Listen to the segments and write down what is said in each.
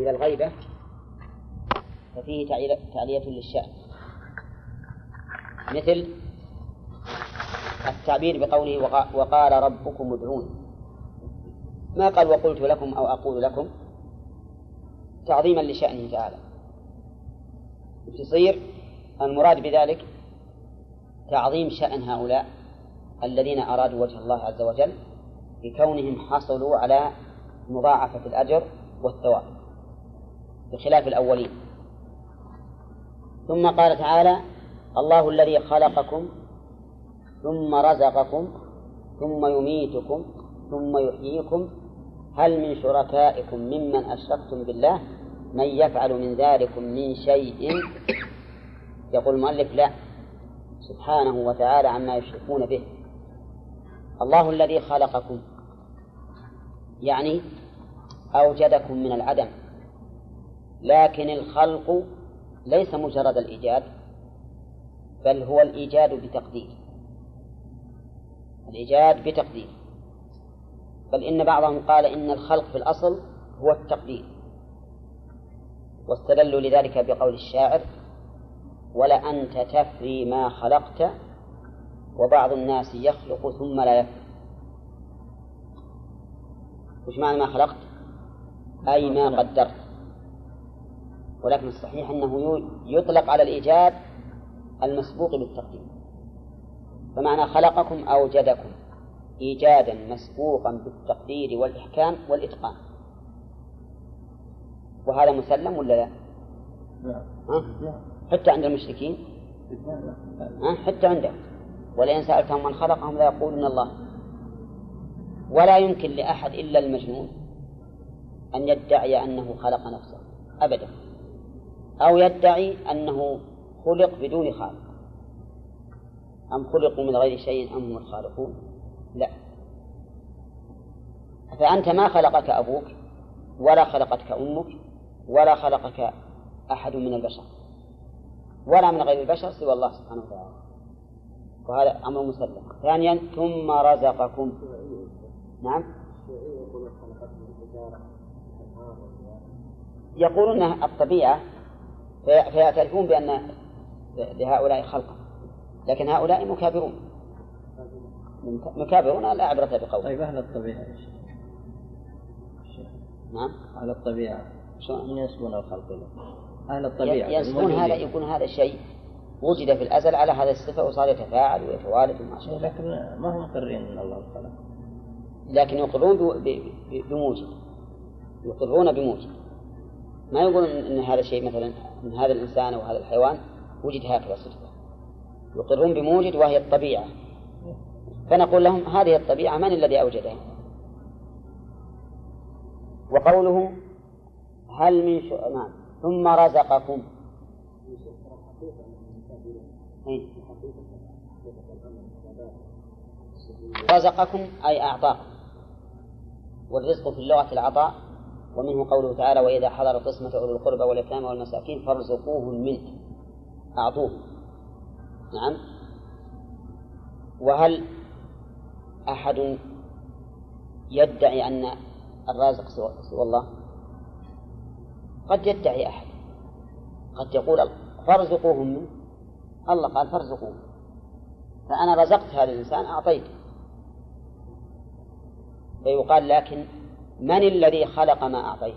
إلى الغيبة ففيه تعلية للشأن، مثل التعبير بقوله وقال ربكم ادعوني، ما قال وقلت لكم أو أقول لكم، تعظيما لشأنه تعالى. تصير المراد بذلك تعظيم شأن هؤلاء الذين أرادوا وجه الله عز وجل بكونهم حصلوا على مضاعفة الأجر والثواب بخلاف الأولين. ثم قال تعالى الله الذي خلقكم ثم رزقكم ثم يميتكم ثم يحييكم هل من شركائكم ممن أشركتم بالله من يفعل من ذلكم من شيء؟ يقول المؤلف لا، سبحانه وتعالى عما يشركون به. الله الذي خلقكم يعني أوجدكم من العدم، لكن الخلق ليس مجرد الإيجاد، بل هو الإيجاد بتقدير، الإيجاد بتقدير. بل إن بعضهم قال إن الخلق في الأصل هو التقدير، واستدلوا لذلك بقول الشاعر ولأنت تفري ما خلقت وبعض الناس يخلق ثم لا يفري. وش معنى ما خلقت؟ أي ما قدرت. ولكن الصحيح أنه يطلق على الإيجاد المسبوق بالتقدير، فمعنى خلقكم أوجدكم إيجادا مسبوقا بالتقدير والإحكام والإتقان. وهذا مسلم ولا لا؟ حتى عند المشركين، حتى عندهم، ولئن سألتهم من خلقهم لا يقولون الله. ولا يمكن لأحد إلا المجنون أن يدعي أنه خلق نفسه أبدا، أو يدعي أنه خلق بدون خالق. أم خلقوا من غير شيء أم هم الخالقون؟ لا. فأنت ما خلقك أبوك ولا خلقتك أمك ولا خلقك أحد من البشر ولا من غير البشر سوى الله سبحانه وتعالى، وهذا أمر مسلم. ثانيا ثم رزقكم. نعم، يقولون الطبيعة فيعترفون بأن لهؤلاء خلقا، لكن هؤلاء مكابرون لا عبرة بقول. طيب أهل الطبيعة نعم، أهل الطبيعة من ينسبون الخلق له؟ أهل الطبيعة ينسبون هذا، يكون هذا الشيء وجد في الأزل على هذا الصفة وصار يتفاعل ويتوالد وما شابه، لكن ما هم مقرين أن الله خلق، لكن يقرون بموجد، يقرون بموجد، ما يقولون أن هذا الشيء مثلا من هذا الإنسان أو هذا الحيوان وجد هكذا صفة، يقرون بموجد وهي الطبيعة. فنقول لهم هذه الطبيعة من الذي أوجدها؟ وقوله هل من نعم ثم رزقكم، رزقكم أي أعطاكم، والرزق في اللغة العطاء، ومنه قوله تعالى وإذا حضر قسمة أولي القربى واليتامى والمساكين فارزقوهم منه، أعطوه. نعم. وهل أحد يدعي أن الرازق سوى الله؟ قد يدعي أحد، قد يقول فارزقوهم منه، الله قال فارزقوهم، فأنا رزقت هذا الإنسان أعطيته، فيقال لكن من الذي خلق ما أعطيت؟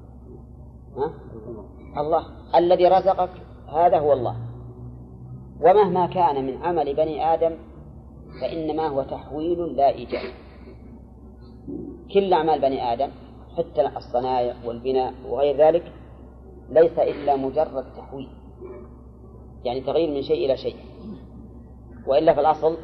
الله. الذي رزقك هذا هو الله. ومهما كان من عمل بني آدم فإنما هو تحويل لا إيجاد. كل أعمال بني آدم حتى الصنايع والبناء وغير ذلك ليس إلا مجرد تحويل، يعني تغيير من شيء إلى شيء، وإلا في الأصل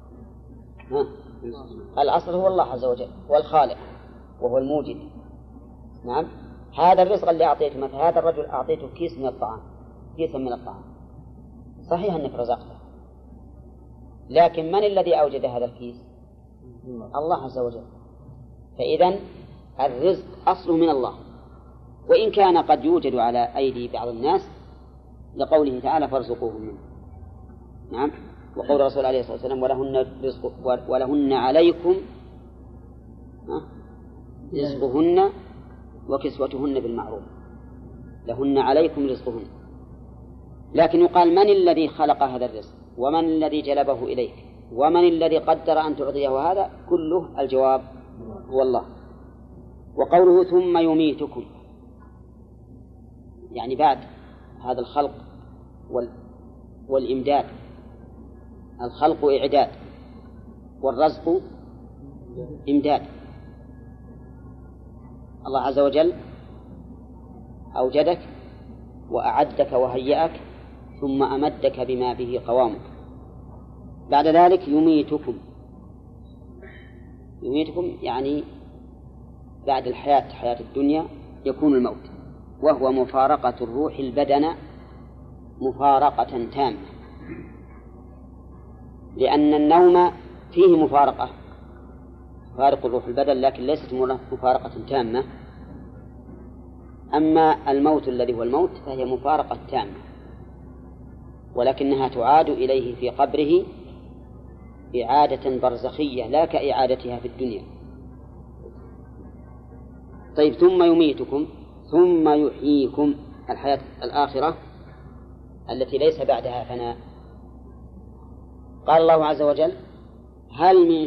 الأصل هو الله عز وجل، هو الخالق وهو الموجد. نعم. هذا الرزق اللي أعطيته، مثلا هذا الرجل أعطيته كيس من الطعام، كيسا من الطعام، صحيح أنك رزقته، لكن من الذي أوجد هذا الكيس؟ الله عز وجل. فإذن الرزق أصله من الله، وإن كان قد يوجد على أيدي بعض الناس لقوله تعالى فارزقوهم منه. نعم. وقول الرسول عليه الصلاة والسلام ولهن رزق ولهن عليكم رزقهن وكسوتهن بالمعروف. لهن عليكم رزقهن. لكن يقال من الذي خلق هذا الرزق ومن الذي جلبه إليك ومن الذي قدر أن تعطيه هذا؟ كله الجواب هو الله. وقوله ثم يميتكم يعني بعد هذا الخلق والإمداد. الخلق إعداد والرزق إمداد. الله عز وجل أوجدك وأعدك وهيأك ثم أمدك بما به قوامك. بعد ذلك يميتكم يعني بعد حياة الدنيا يكون الموت، وهو مفارقة الروح البدن مفارقة تامة، لأن النوم فيه مفارقة فارق الروح البدن لكن ليست مفارقة تامة. أما الموت الذي هو الموت فهي مفارقة تامة، ولكنها تعاد إليه في قبره إعادة برزخية لا كإعادتها في الدنيا. طيب ثم يميتكم ثم يحييكم الحياة الآخرة التي ليس بعدها فناء. قال الله عز وجل هل من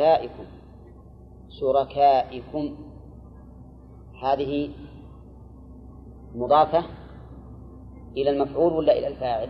شركائكم هذه مضافة إلى المفعول ولا إلى الفاعل؟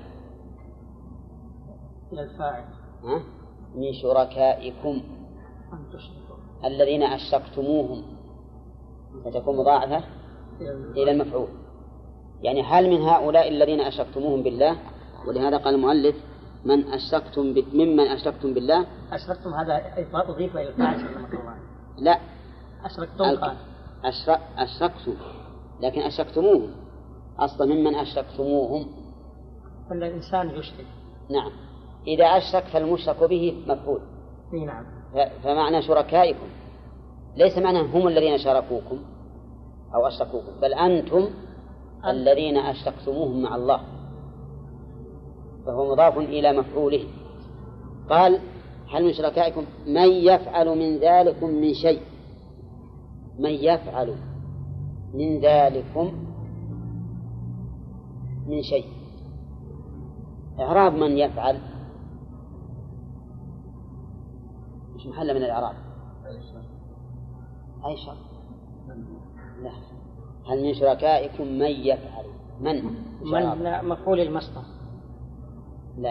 إلى الفاعل. من شركائكم الذين أشركتموهم فتكون مضاعفة إلى المفعول، يعني هل من هؤلاء الذين أشركتموهم بالله؟ ولهذا قال المؤلف ممن أشركتم بالله. أشركتم هذا أضيف إلى الفاعل لا أشركتم قال أشركتم لكن أشركتموهم أصلا ممن أشركتموهم أن الإنسان يشرك. نعم إذا أشرك فالمشرك به مفعول. نعم. فمعنى شركائكم ليس معنى هم الذين شاركوكم أو أشركوكم، بل أنتم الذين أشركتموهم مع الله، فهو مضاف إلى مفعوله. قال هل من شركائكم من يفعل من ذلكم من شيء؟ من يفعل من ذلكم من شيء. إعراب من يفعل مش محل من الإعراب. أي شرط؟ لا. هل من شركائكم من يفعل؟ من لا مفعول المصدر. لا.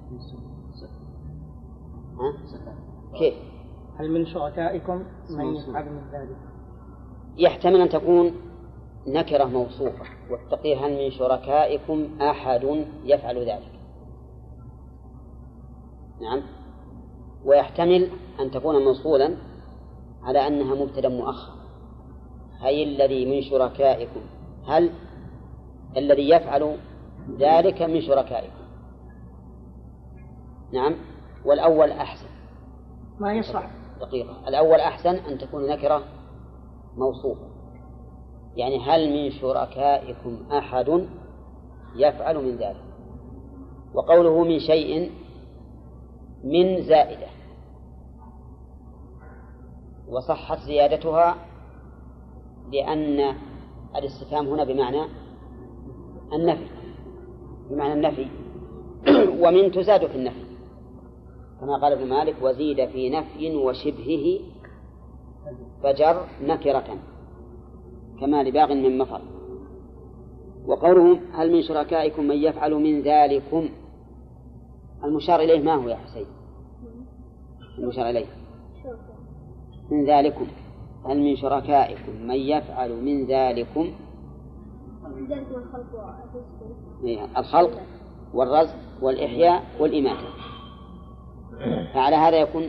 كيف؟ هل من شركائكم من يفعل من ذلك؟ يحتمل أن تكون نكرة موصوفة، والتقدير هل من شركائكم أحد يفعل ذلك. نعم. ويحتمل أن تكون موصولا على أنها مبتدأ مؤخر، هي الذي من شركائكم، هل الذي يفعل ذلك من شركائكم. نعم. والأول أحسن ما يصح دقيقة. الأول أحسن أن تكون نكرة موصوفة، يعني هل من شركائكم أحد يفعل من ذلك. وقوله من شيء من زائدة، وصحت زيادتها لأن الاستفهام هنا بمعنى النفي ومن تزاد في النفي، كما قال ابن مالك وزيد في نفي وشبهه فجر نكرة كما لباغ من مفر. وقولهم هل من شركائكم من يفعل من ذلكم، المشار إليه ما هو يا حسين؟ المشار إليه من ذلكم. هل من شركائكم من يفعل من ذلكم؟ الخلق والرزق والإحياء والإماتة. فعلى هذا يكون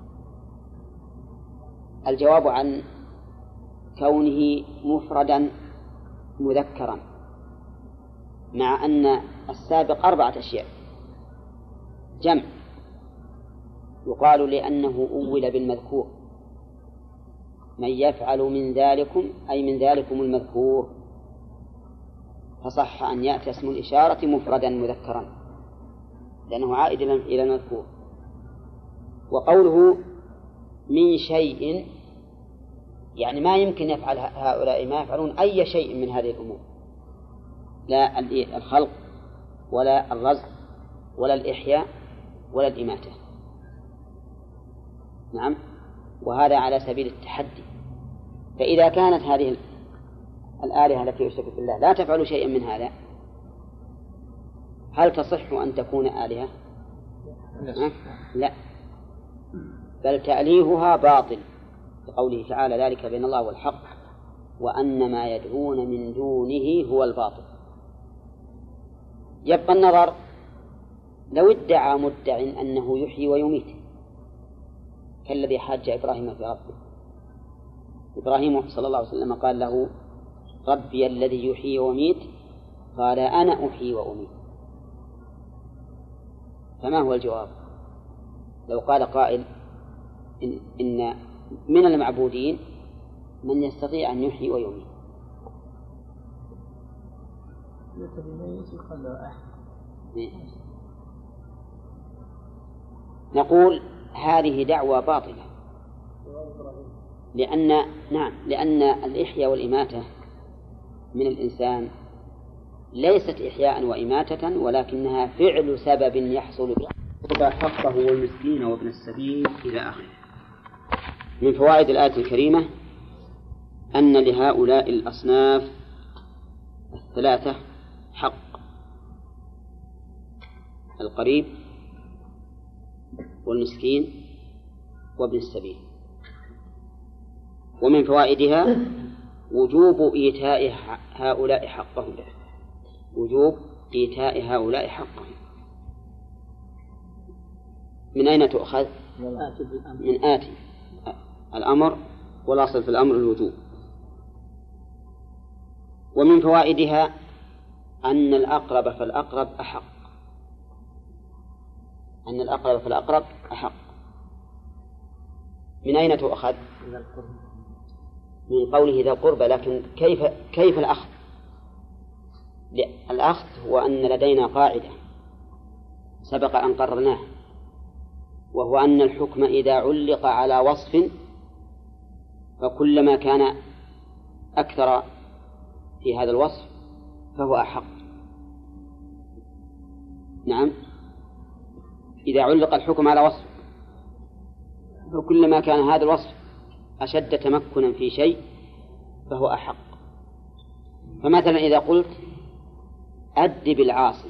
الجواب عن كونه مفردا مذكرا، مع أن السابق 4 أشياء. جمع يقال لأنه أول بالمذكور، من يفعل من ذلكم أي من ذلكم المذكور، فصح أن يأتي اسم الإشارة مفردا مذكرا لأنه عائد إلى المذكور. وقوله من شيء يعني ما يمكن يفعل هؤلاء ما يفعلون أي شيء من هذه الأمور، لا الخلق ولا الرزق ولا الإحياء ولا الإماتة. نعم، وهذا على سبيل التحدي. فإذا كانت هذه الآلهة التي يشرك بالله لا تفعل شيئا من هذا، هل تصح أن تكون آلهة؟ لا، بل تأليهها باطل، لقوله تعالى: ذلك بين الله والحق وأن ما يدعون من دونه هو الباطل. يبقى النظر لو ادعى مدع أنه يحيي ويميت كالذي حاج إبراهيم في ربه. إبراهيم صلى الله عليه وسلم قال له: ربي الذي يحيي ويميت، قال: أنا أحيي وأميت. فما هو الجواب؟ لو قال قائل إن من المعبودين من يستطيع أن يحيي ويميت، نقول هذه دعوة باطلة، لأن الإحياء والإماتة من الإنسان ليست إحياء وإماتة، ولكنها فعل سبب يحصل به حقه والمسكين وابن السبيل إلى آخره. من فوائد الآية الكريمة أن لهؤلاء الأصناف الثلاثة حق: القريب والمسكين وابن السبيل. ومن فوائدها وجوب إيتاء هؤلاء حقهم، وجوب إيتاء هؤلاء حقهم. من أين تؤخذ؟ من آتي الأمر، والأصل في الأمر الوجوب. ومن فوائدها أن الأقرب فالأقرب أحق، أن الأقرب فالأقرب أحق. من أين تؤخذ؟ من قوله ذا القربى. لكن كيف الأخذ؟ الأخذ هو أن لدينا قاعدة سبق أن قررناه، وهو أن الحكم إذا علق على وصف فكلما كان أكثر في هذا الوصف فهو أحق. نعم، إذا علق الحكم على وصف فكلما كان هذا الوصف أشد تمكنا في شيء فهو أحق. فمثلا إذا قلت أدب العاصي،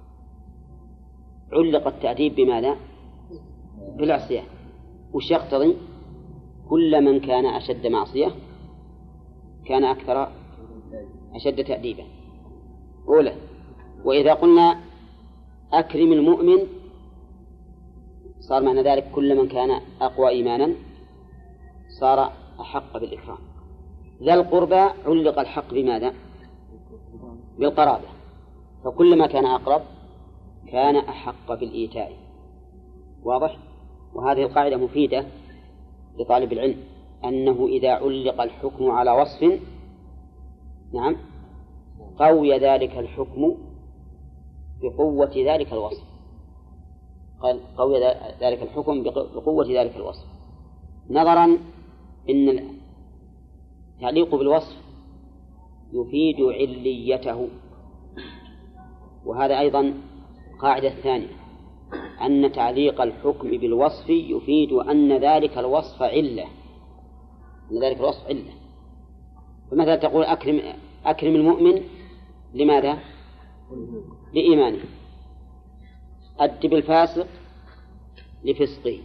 علق التأديب بماذا؟ بالعصيان. وش يقتضي؟ كل من كان أشد معصية كان أكثر أشد تأديبا. أولى. وإذا قلنا أكرم المؤمن صار معنى ذلك كل من كان أقوى إيمانا صار أحق بالإكرام. ذا القربى علق الحق بماذا؟ بالقرابة، فكلما كان أقرب كان أحق بالإيتاء. واضح؟ وهذه القاعدة مفيدة لطالب العلم، أنه إذا علق الحكم على وصف نعم قوي ذلك الحكم بقوة ذلك الوصف، قوي ذلك الحكم بقوة ذلك الوصف، نظرا إن التعليق بالوصف يفيد عليته. وهذا أيضا قاعدة ثانية، أن تعليق الحكم بالوصف يفيد أن ذلك الوصف علة، أن ذلك الوصف علة. فمثلا تقول أكرم المؤمن لماذا؟ لإيمانه. أدب الفاسق لفسقه.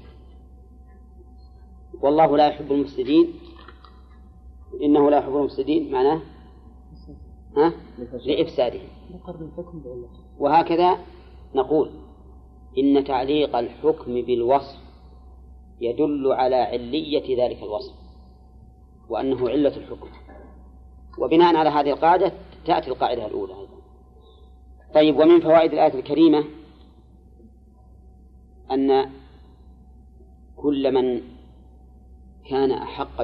والله لا يحب المفسدين، إنه لا يحب المفسدين معناه لإفساده. وهكذا نقول إن تعليق الحكم بالوصف يدل على علية ذلك الوصف وأنه علة الحكم. وبناء على هذه القاعدة تأتي القاعدة الأولى أيضا. طيب، ومن فوائد الآية الكريمة أن كل من كان أحق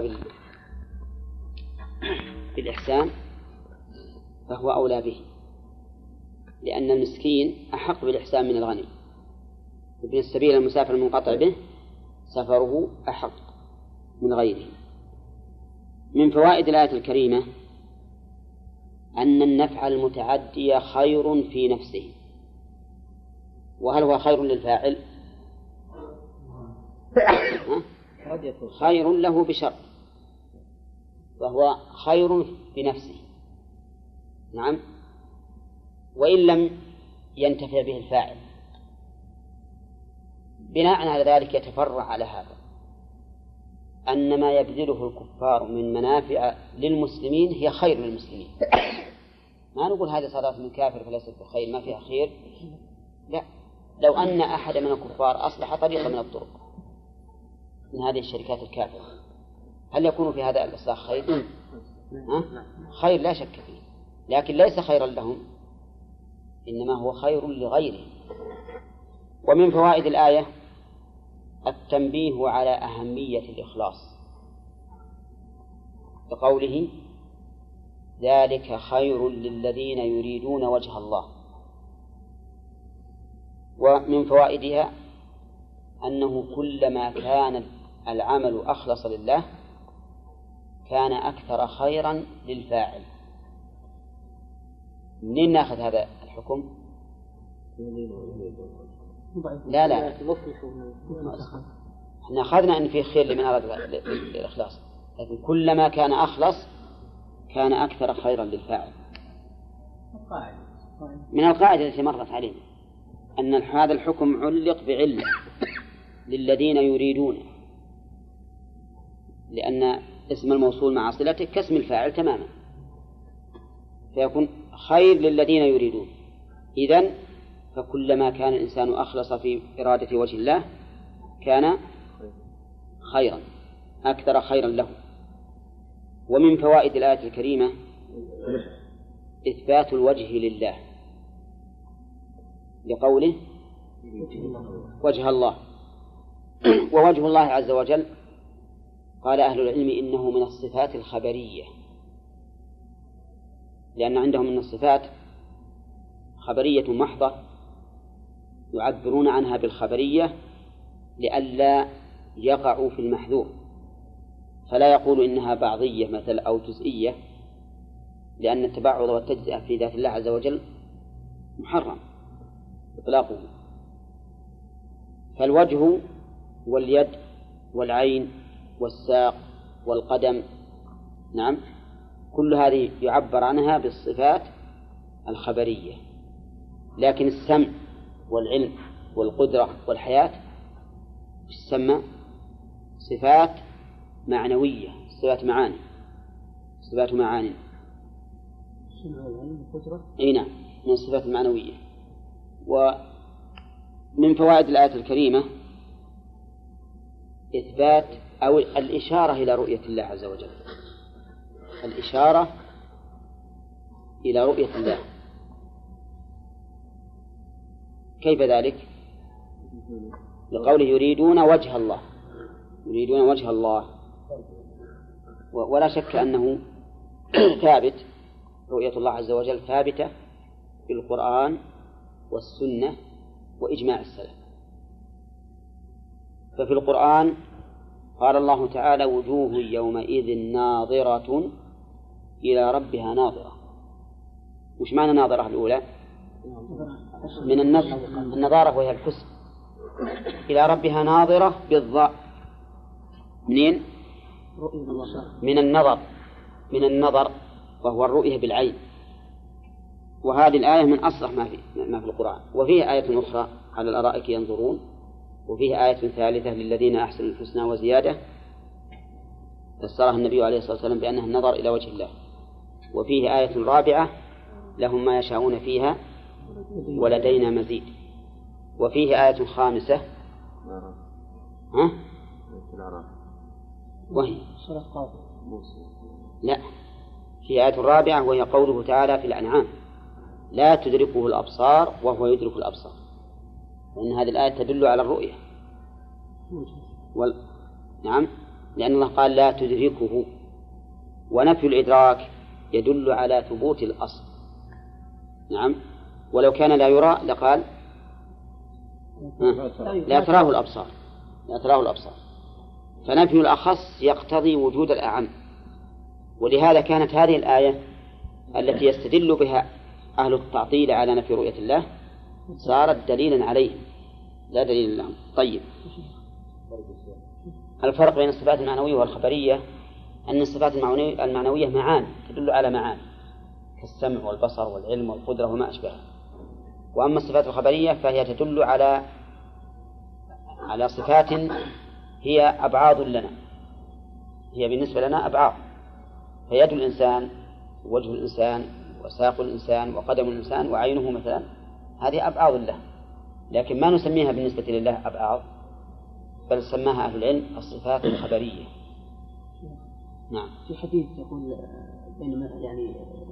بالإحسان فهو أولى به، لأن المسكين أحق بالإحسان من الغني، ابن السبيل المسافر المنقطع به سفره أحق من غيره. من فوائد الآية الكريمة أن النفع المتعدي خير في نفسه. وهل هو خير للفاعل؟ خير له بشرط، وهو خير في نفسه. نعم. وإن لم ينتفع به الفاعل، بناء على ذلك يتفرع على هذا أن ما يبذله الكفار من منافع للمسلمين هي خير للمسلمين. ما نقول هذه صلاة من كافر فليست بخير، ما فيها خير، لا. لو أن أحد من الكفار أصلح طريقة من الطرق من هذه الشركات الكافرة، هل يكون في هذا الإصلاح خير؟ خير لا شك فيه، لكن ليس خيرا لهم، إنما هو خير لغيرهم. ومن فوائد الآية التنبيه على أهمية الإخلاص، بقوله ذلك خير للذين يريدون وجه الله. ومن فوائدها أنه كلما كان العمل أخلص لله كان أكثر خيرا للفاعل. منين نأخذ هذا الحكم؟ لا احنا أخذنا أن في خير لمن أراد الإخلاص، لكن كلما كان أخلص كان أكثر خيرا للفاعل. من القاعدة التي مرت علينا أن هذا الحكم علق بعلة للذين يريدون، لأن اسم الموصول مع صلته كاسم الفاعل تماما، فيكون خير للذين يريدون. إذن فكلما كان الإنسان أخلص في إرادة وجه الله كان خيرا، أكثر خيرا له. ومن فوائد الآية الكريمة إثبات الوجه لله، لقوله وجه الله. ووجه الله عز وجل قال أهل العلم إنه من الصفات الخبرية، لأن عندهم من الصفات خبرية محضة يعبرون عنها بالخبرية لئلا يقعوا في المحذور، فلا يقول إنها بعضية مثل أو جزئية، لأن التبعض والتجزئة في ذات الله عز وجل محرم إطلاقه. فالوجه واليد والعين والساق والقدم، نعم، كل هذه يعبر عنها بالصفات الخبرية. لكن السمع والعلم والقدرة والحياة تسمى صفات معنوية، صفات معاني، صفات معاني. أي نعم، من الصفات المعنوية. ومن فوائد الآية الكريمة إثبات أو الإشارة إلى رؤية الله عز وجل، الإشارة إلى رؤية الله. كيف ذلك؟ لقوله يريدون وجه الله، يريدون وجه الله. ولا شك أنه ثابت، رؤية الله عز وجل ثابتة في القرآن والسنة وإجماع السلف. ففي القرآن قال الله تعالى وجوه يومئذ ناظرة إلى ربها ناظرة. وش معنى ناظرة الأولى؟ من النظارة وهي الحسن، إلى ربها ناظرة بالضاء. منين؟ من النظر، من النظر وهو الرؤية بالعين. وهذه الآية من أصح ما في القرآن. وفيه آية أخرى على الأرائك ينظرون، وفيه آية ثالثة للذين أحسنوا الحسنى وزيادة فسرها النبي عليه الصلاة والسلام بأنها النظر إلى وجه الله. وفيه آية رابعة لهم ما يشاءون فيها ولدينا مزيد. وفيه آية خامسة وهي لا، في آية رابعة وهي قوله تعالى في الأنعام لا تدركه الأبصار وهو يدرك الأبصار، وإن هذه الآية تدل على الرؤية نعم، لأن الله قال لا تدركه، ونفي الإدراك يدل على ثبوت الأصل. نعم، ولو كان لا يرى لقال لا تراه الأبصار، لا تراه الأبصار. فنفي الأخص يقتضي وجود الأعم، ولهذا كانت هذه الآية التي يستدل بها أهل التعطيل على نفي رؤية الله صارت دليلا عليهم لا دليل لهم. طيب، الفرق بين الصفات المعنوية والخبرية أن الصفات المعنوية معاني تدل على معاني كالسمع والبصر والعلم والقدرة وما أشبهه، وأما الصفات الخبرية فهي تدل على صفات هي أبعاض لنا، هي بالنسبة لنا أبعاض، فيد الإنسان ووجه الإنسان وساق الإنسان وقدم الإنسان وعينه مثلا هذه أبعاض له، لكن ما نسميها بالنسبة لله أبعاض، بل سماها أهل العلم الصفات الخبرية. نعم. في حديث يقول بينما يعني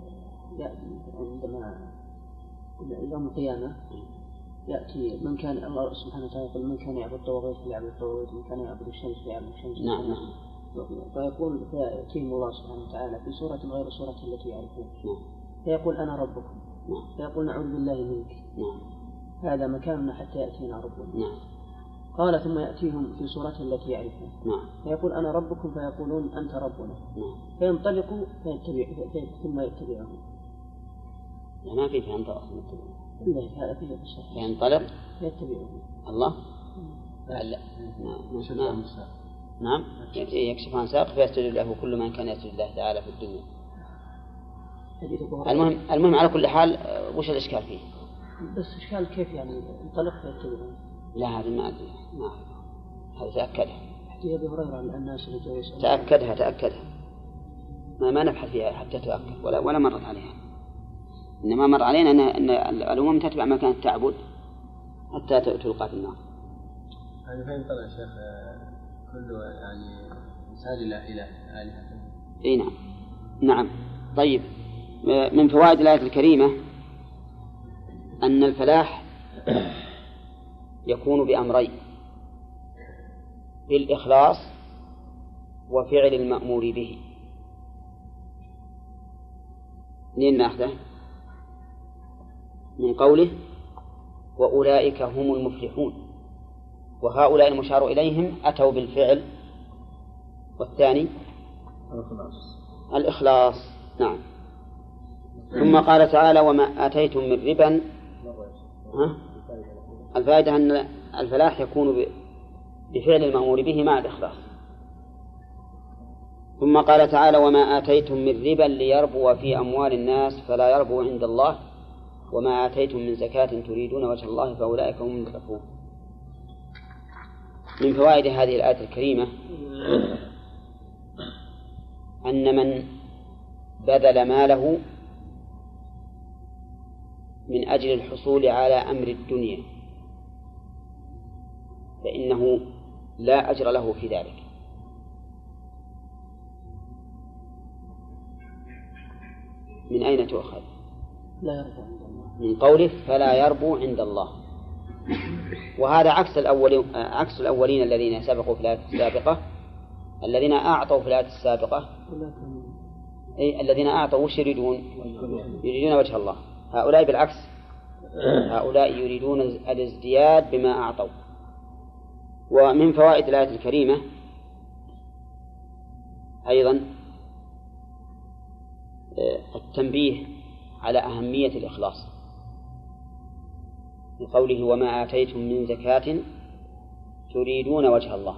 عندما يوم القيامة يأتي من كان الله سبحانه وتعالى يقول من كان يعبد الطواغيت فليعبد الطواغيت ومن كان يعبد الشمس فليعبد الشمس. نعم. فيقول فيأتيهم الله سبحانه وتعالى في صورة غير صورة التي يعرفون. نعم. فيقول أنا ربكم. نعم. فيقول نعوذ بالله منك. نعم. هذا مكاننا حتى يأتينا ربنا. نعم. قال ثم يأتيهم في صورته التي يعرفون. نعم. فيقول أنا ربكم فيقولون أنت ربنا. نعم. فينطلقوا ثم يتبعهم. ما في ينطلق إلا هذا فيه قصة. ينطلق يتبعهم الله. لا. نعم. يكشف عن ساق فيسجد له كل من كان يسجد الله تعالى في الدنيا. المهم على كل حال وش الإشكال فيه؟ بس إشكال كيف يعني انطلق فيتبعهم؟ لا هذه ما أدري، ما هذا تأكدها. حديث أبي هريرة عن الناس اللي جاءوا يسألون. تأكدها ما نبحث فيها حتى تؤكد ولا مرت عليها، إنما مر علينا أن الأمم تتبع ما كانت تعبد حتى تلقى في النار. هذا فين طلع شيخ كله يعني مساجد إلى آلهة. إيه نعم. نعم. طيب، من فوائد الآية الكريمة أن الفلاح يكون بأمرين: بالإخلاص وفعل المأمور به. منين نأخذه؟ من قوله وأولئك هم المفلحون، وهؤلاء المشار إليهم أتوا بالفعل، والثاني الإخلاص. نعم. ثم قال تعالى وما آتيتم من ربا. الفائدة أن الفلاح يكون بفعل المأمور به مع الإخلاص. ثم قال تعالى وما آتيتم من ربا ليربو في أموال الناس فلا يربو عند الله وما آتيتم من زكاة تريدون وجه الله فأولئك هم المفلحون. من فوائد هذه الآية الكريمة أن من بذل ماله من أجل الحصول على أمر الدنيا فإنه لا أجر له في ذلك. من أين تؤخذ؟ لا يربو عند الله. من قوله فلا يربو عند الله، وهذا عكس الأولين الذين سبقوا في الآية السابقة. الذين أعطوا في الآية السابقة الذين أعطوا وش يريدون وجه الله. هؤلاء بالعكس، هؤلاء يريدون الازدياد بما أعطوا. ومن فوائد الآية الكريمة أيضا التنبيه على أهمية الإخلاص بقوله وما آتيتم من زكاة تريدون وجه الله،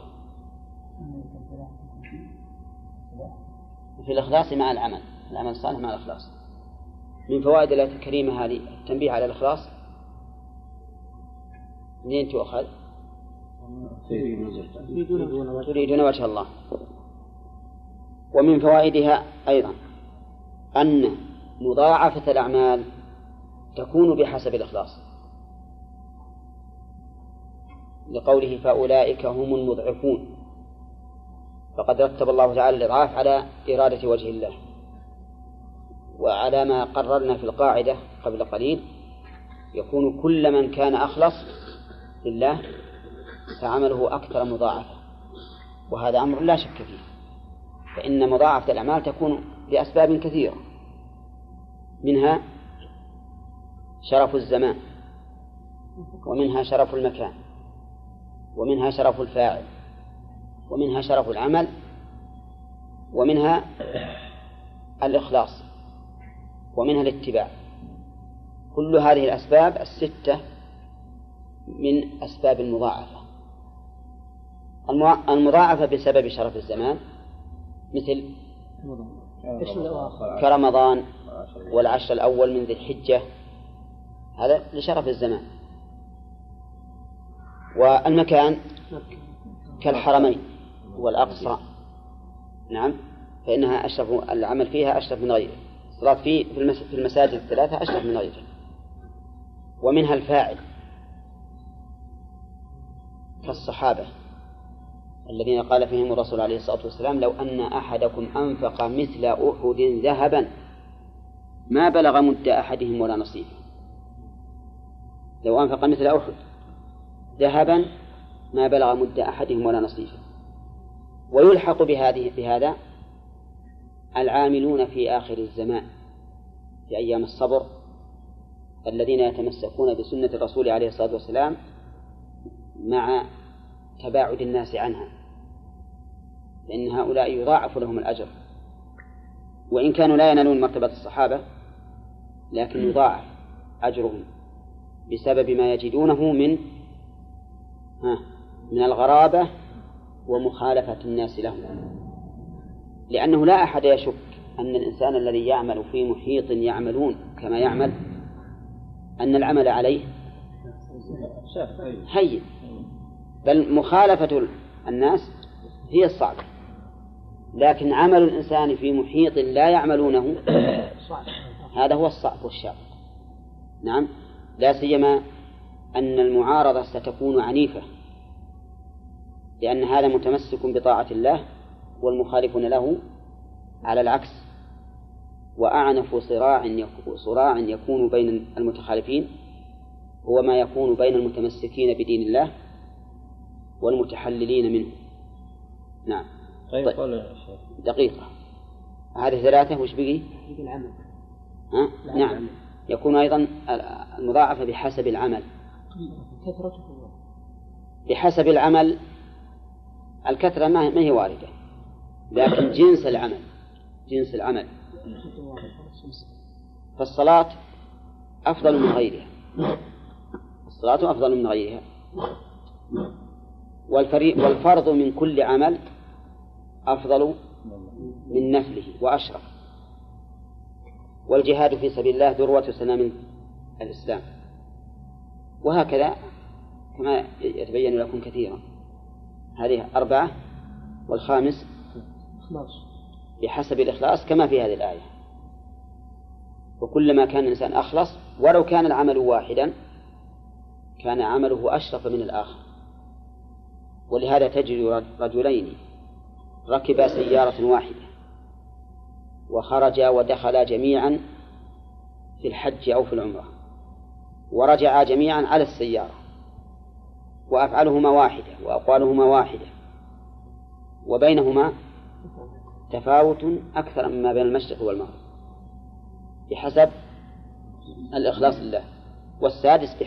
في الإخلاص مع العمل الصالح مع الإخلاص. من فوائد الآية الكريمة هذه التنبيه على الإخلاص. منين تؤخذ؟ تريدون وجه الله. ومن فوائدها أيضا أن مضاعفة الأعمال تكون بحسب الإخلاص، لقوله فأولئك هم المضعفون، فقد رتب الله تعالى الإضعاف على إرادة وجه الله، وعلى ما قررنا في القاعدة قبل قليل يكون كل من كان أخلص لله فعمله أكثر مضاعفة، وهذا أمر لا شك فيه، فإن مضاعفة الأعمال تكون لأسباب كثيرة، منها شرف الزمان، ومنها شرف المكان، ومنها شرف الفاعل، ومنها شرف العمل، ومنها الإخلاص، ومنها الاتباع. كل هذه الأسباب الستة من أسباب المضاعفة. المضاعفة بسبب شرف الزمان مثل كرمضان والعشر الأول من ذي الحجة، هذا لشرف الزمان. والمكان كالحرمين والأقصى، نعم، فإنها أشرف، العمل فيها أشرف من غيره، الصلاة في المساجد الثلاثة أشرف من غيره. ومنها الفاعل كالصحابة الذين قال فيهم الرسول عليه الصلاة والسلام: لو أن أحدكم أنفق مثل أحد ذهبا ما بلغ مد أحدهم ولا نصيفه. لو أنفق مثل أحد ذهبا ما بلغ مد أحدهم ولا نصيفه. ويلحق بهذا العاملون في آخر الزمان في أيام الصبر الذين يتمسكون بسنة الرسول عليه الصلاة والسلام مع تباعد الناس عنها، لأن هؤلاء يضاعف لهم الأجر، وإن كانوا لا ينالون مرتبة الصحابة لكن يضاعف أجرهم بسبب ما يجدونه من الغرابة ومخالفة الناس لهم. لأنه لا أحد يشك أن الإنسان الذي يعمل في محيط يعملون كما يعمل أن العمل عليه هين، بل مخالفة الناس هي الصعبة. لكن عمل الإنسان في محيط لا يعملونه هذا هو الصعب والشاق. نعم، لا سيما أن المعارضة ستكون عنيفة، لأن هذا متمسك بطاعة الله والمخالفون له على العكس. وأعنف صراع يكون بين المتخالفين هو ما يكون بين المتمسكين بدين الله والمتحللين منه. نعم. طيب. دقيقة، هذه ثلاثة وش بقي؟ العمل. نعم، يكون أيضا المضاعفة بحسب العمل. بحسب العمل، الكثرة ما هي واردة، لكن جنس العمل فالصلاة أفضل من غيرها، الصلاة أفضل من غيرها. والفرض من كل عمل أفضل من نفله وأشرف. والجهاد في سبيل الله ذروة سنام الإسلام. وهكذا كما يتبين لكم كثيرا. هذه 4، والخامس بحسب الإخلاص كما في هذه الآية. وكلما كان الإنسان أخلص ولو كان العمل واحدا كان عمله أشرف من الآخر. ولهذا تجد رجلين ركبا سيارة واحدة وخرجا ودخلا جميعا في الحج أو في العمرة ورجعا جميعا على السيارة، وأفعالهما واحدة وأقوالهما واحدة، وبينهما تفاوت أكثر مما بين المشرق والمغرب بحسب الإخلاص لله. والسادس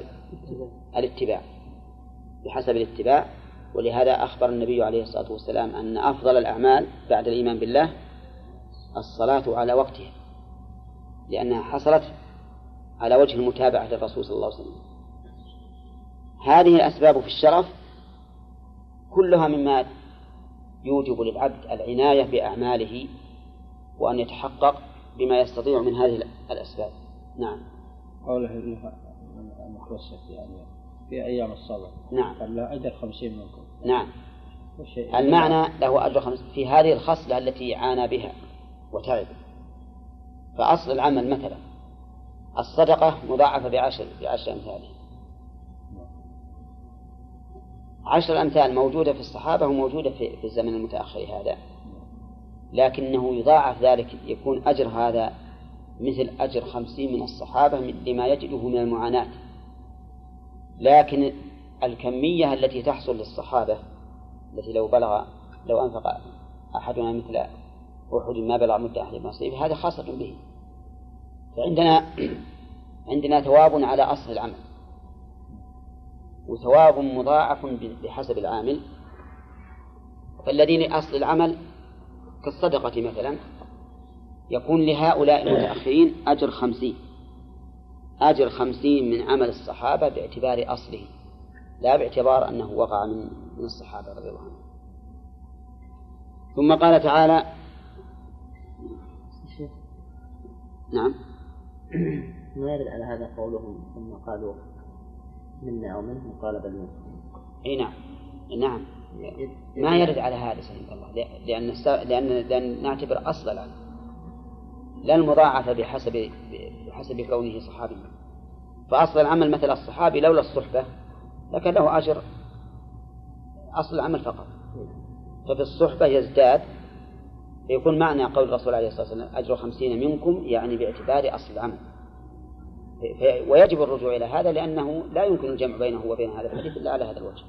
بحسب الاتباع. ولهذا أخبر النبي عليه الصلاة والسلام أن أفضل الأعمال بعد الإيمان بالله الصلاة على وقتها، لأنها حصلت على وجه المتابعة للرسول صلى الله عليه وسلم. هذه الأسباب في الشرف كلها مما يوجب للعبد العناية بأعماله وأن يتحقق بما يستطيع من هذه الأسباب. نعم. قوله المخلصة يعني في أيام الصبر. نعم. له أجر 50 منكم. نعم. المعنى له أجر 50 في هذه الخصلة التي عانى بها وتعب. فأصل العمل مثلا الصدقة مضاعفة ب10 أمثالها. 10 أمثال موجودة في الصحابة وموجودة في الزمن المتأخر هذا، لكنه يضاعف ذلك، يكون أجر هذا مثل أجر 50 من الصحابة لما يجده من المعاناة. لكن الكمية التي تحصل للصحابة التي لو أنفق أحدنا مثل أحد ما بلغ مد أحد نصيبه هذا خاصة به. فعندنا ثواب على أصل العمل وثواب مضاعف بحسب العامل. فالذين أصل العمل كالصدقة مثلا يكون لهؤلاء المتأخرين أجر 50 من عمل الصحابة باعتبار أصله، لا باعتبار أنه وقع من الصحابة رضي الله عنهم. ثم قال تعالى نعم ما يرد على هذا قولهم ثم قالوا منا أو منهم قال بل منهم. أي نعم ما يرد على هذا سبحانه الله، لأن نعتبر أصل العمل لا المضاعفة بحسب كونه صحابي. فأصل العمل مثل الصحابي لولا الصحبة لكن له أجر أصل العمل فقط، ففي الصحبة يزداد، فيكون معنى قول الرسول عليه الصلاة والسلام أجر 50 منكم يعني باعتبار أصل العمل. ويجب الرجوع إلى هذا لأنه لا يمكن الجمع بينه وبين هذا الحديث إلا على هذا الوجه.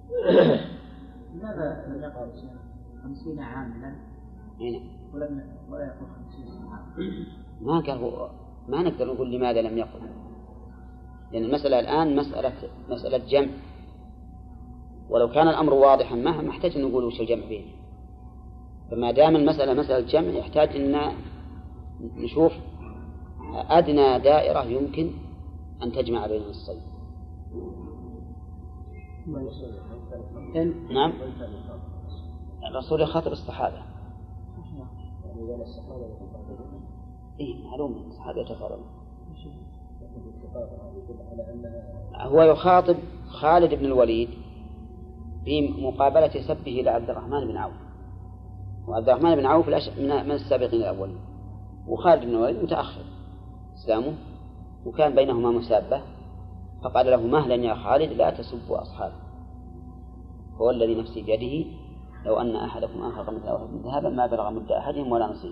لماذا لم يقل 50 عاملا ولا يقول 50 عاملا؟ ما قال، ما نقدر نقول لماذا لم يقل، لأن المسألة الآن مسألة جمع، ولو كان الأمر واضحا ما احتاج أن نقول وش الجمع بينه. فما دام المسألة مسألة جمع يحتاج أن نشوف أدنى دائرة يمكن أن تجمع بين النصين. نعم الرسول يخاطب الصحابة. معلوم الصحابة يتفاضلون. هو يخاطب خالد بن الوليد في مقابلة سبه لعبد الرحمن بن عوف، وعبد الرحمن بن عوف من السابقين الأولين، وخالد بن الوليد متأخر إسلامه، وكان بينهما مسابة، فقال له مهلا يا خالد لا تسبوا أصحابي، هو الذي نفسي بيده لو أن أحدكم أنفق مثل أحد ذهبا ما بلغ مد أحدهم ولا نصيب.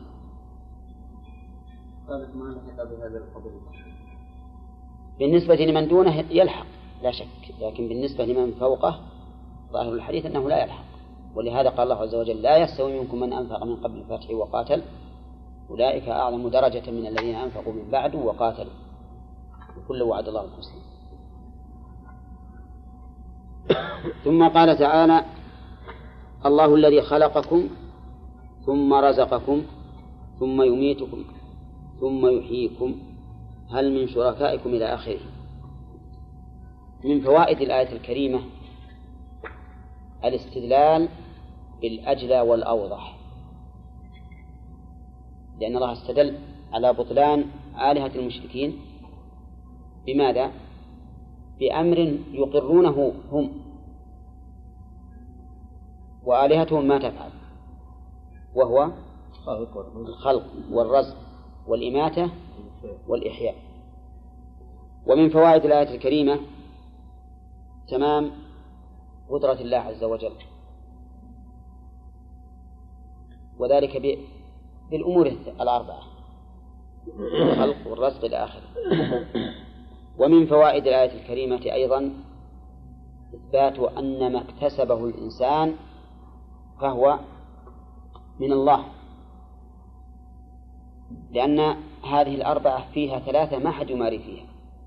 بالنسبة لمن دونه يلحق لا شك، لكن بالنسبة لمن فوقه ظاهر الحديث أنه لا يلحق، ولهذا قال الله عز وجل لا يستوي منكم من أنفق من قبل الفتح وقاتل أولئك أعظم درجة من الذين أنفقوا من بعد وقاتلوا وكل وعد الله الحسنى. ثم قال تعالى الله الذي خلقكم ثم رزقكم ثم يميتكم ثم يحييكم هل من شركائكم إلى آخره. من فوائد الآية الكريمة الاستدلال بالأجلى والأوضح، لأن الله استدل على بطلان آلهة المشركين بماذا؟ بأمر يقرونه هم وآلهتهم ما تفعل، وهو الخلق والرزق والإماتة والإحياء. ومن فوائد الآية الكريمة تمام قدرة الله عز وجل، وذلك بالأمور الأربعة الخلق والرزق إلى آخره. ومن فوائد الآية الكريمة أيضا إثبات أن ما اكتسبه الإنسان فهو من الله، لأن هذه الأربعة فيها ثلاثة ما حد يماري فيها.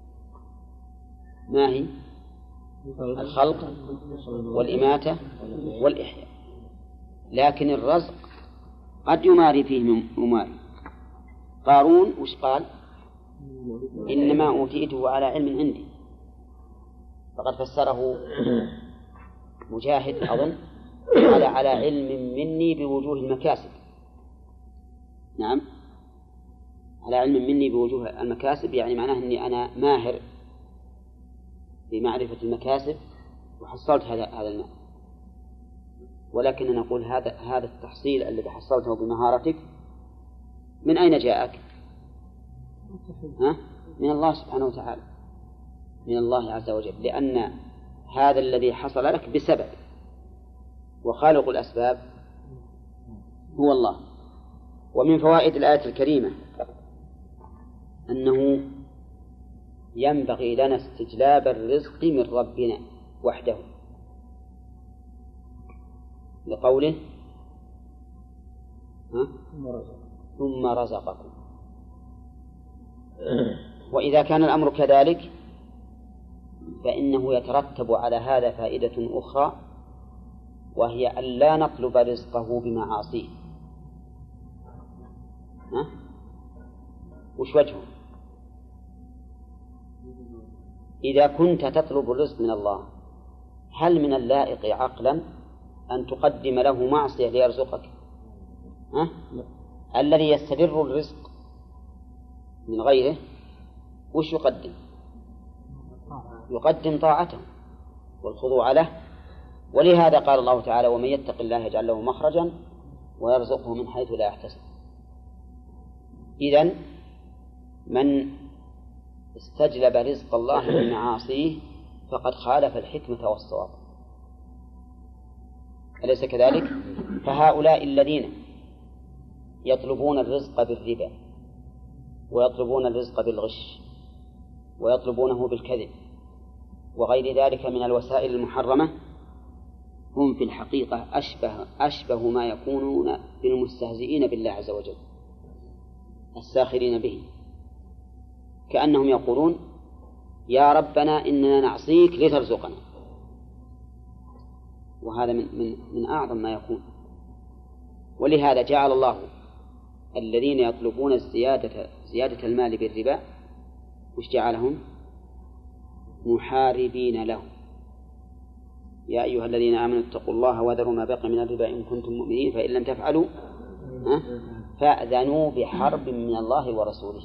ما هي؟ الخلق والإماتة والإحياء. لكن الرزق قد يماري فيه مماري. قارون وش قال؟ إنما أوتيته على علم عندي، فقد فسره مجاهد أظن على علم مني بوجوه المكاسب. نعم على علم مني بوجوه المكاسب، يعني معناه أني أنا ماهر بمعرفة المكاسب وحصلت هذا المال. ولكن نقول هذا التحصيل الذي حصلته بمهارتك من أين جاءك؟ من الله سبحانه وتعالى، من الله عز وجل، لأن هذا الذي حصل لك بسبب، وخالق الأسباب هو الله. ومن فوائد الآية الكريمة أنه ينبغي لنا استجلاب الرزق من ربنا وحده، لقوله ثم رزقكم. وإذا كان الأمر كذلك فإنه يترتب على هذا فائدة أخرى، وهي أن لا نطلب رزقه بمعاصيه. وش وجهه؟ إذا كنت تطلب الرزق من الله هل من اللائق عقلا أن تقدم له معصية ليرزقك؟ الذي يستدر الرزق من غيره وش يقدم؟ يقدم طاعته والخضوع له. ولهذا قال الله تعالى ومن يتق الله يجعل له مخرجا ويرزقه من حيث لا يحتسب. إذن من استجلب رزق الله من معاصيه فقد خالف الحكمة والصواب، أليس كذلك؟ فهؤلاء الذين يطلبون الرزق بالربا ويطلبون الرزق بالغش ويطلبونه بالكذب وغير ذلك من الوسائل المحرمة هم في الحقيقة أشبه ما يكونون بالمستهزئين بالله عز وجل الساخرين به، كأنهم يقولون يا ربنا إننا نعصيك لترزقنا، وهذا من أعظم ما يكون. ولهذا جعل الله الذين يطلبون زيادة المال بالربا وش جعلهم؟ محاربين له. يا أيها الذين آمنوا اتقوا الله وذروا ما بقي من الربا إن كنتم مؤمنين فإن لم تفعلوا فأذنوا بحرب من الله ورسوله.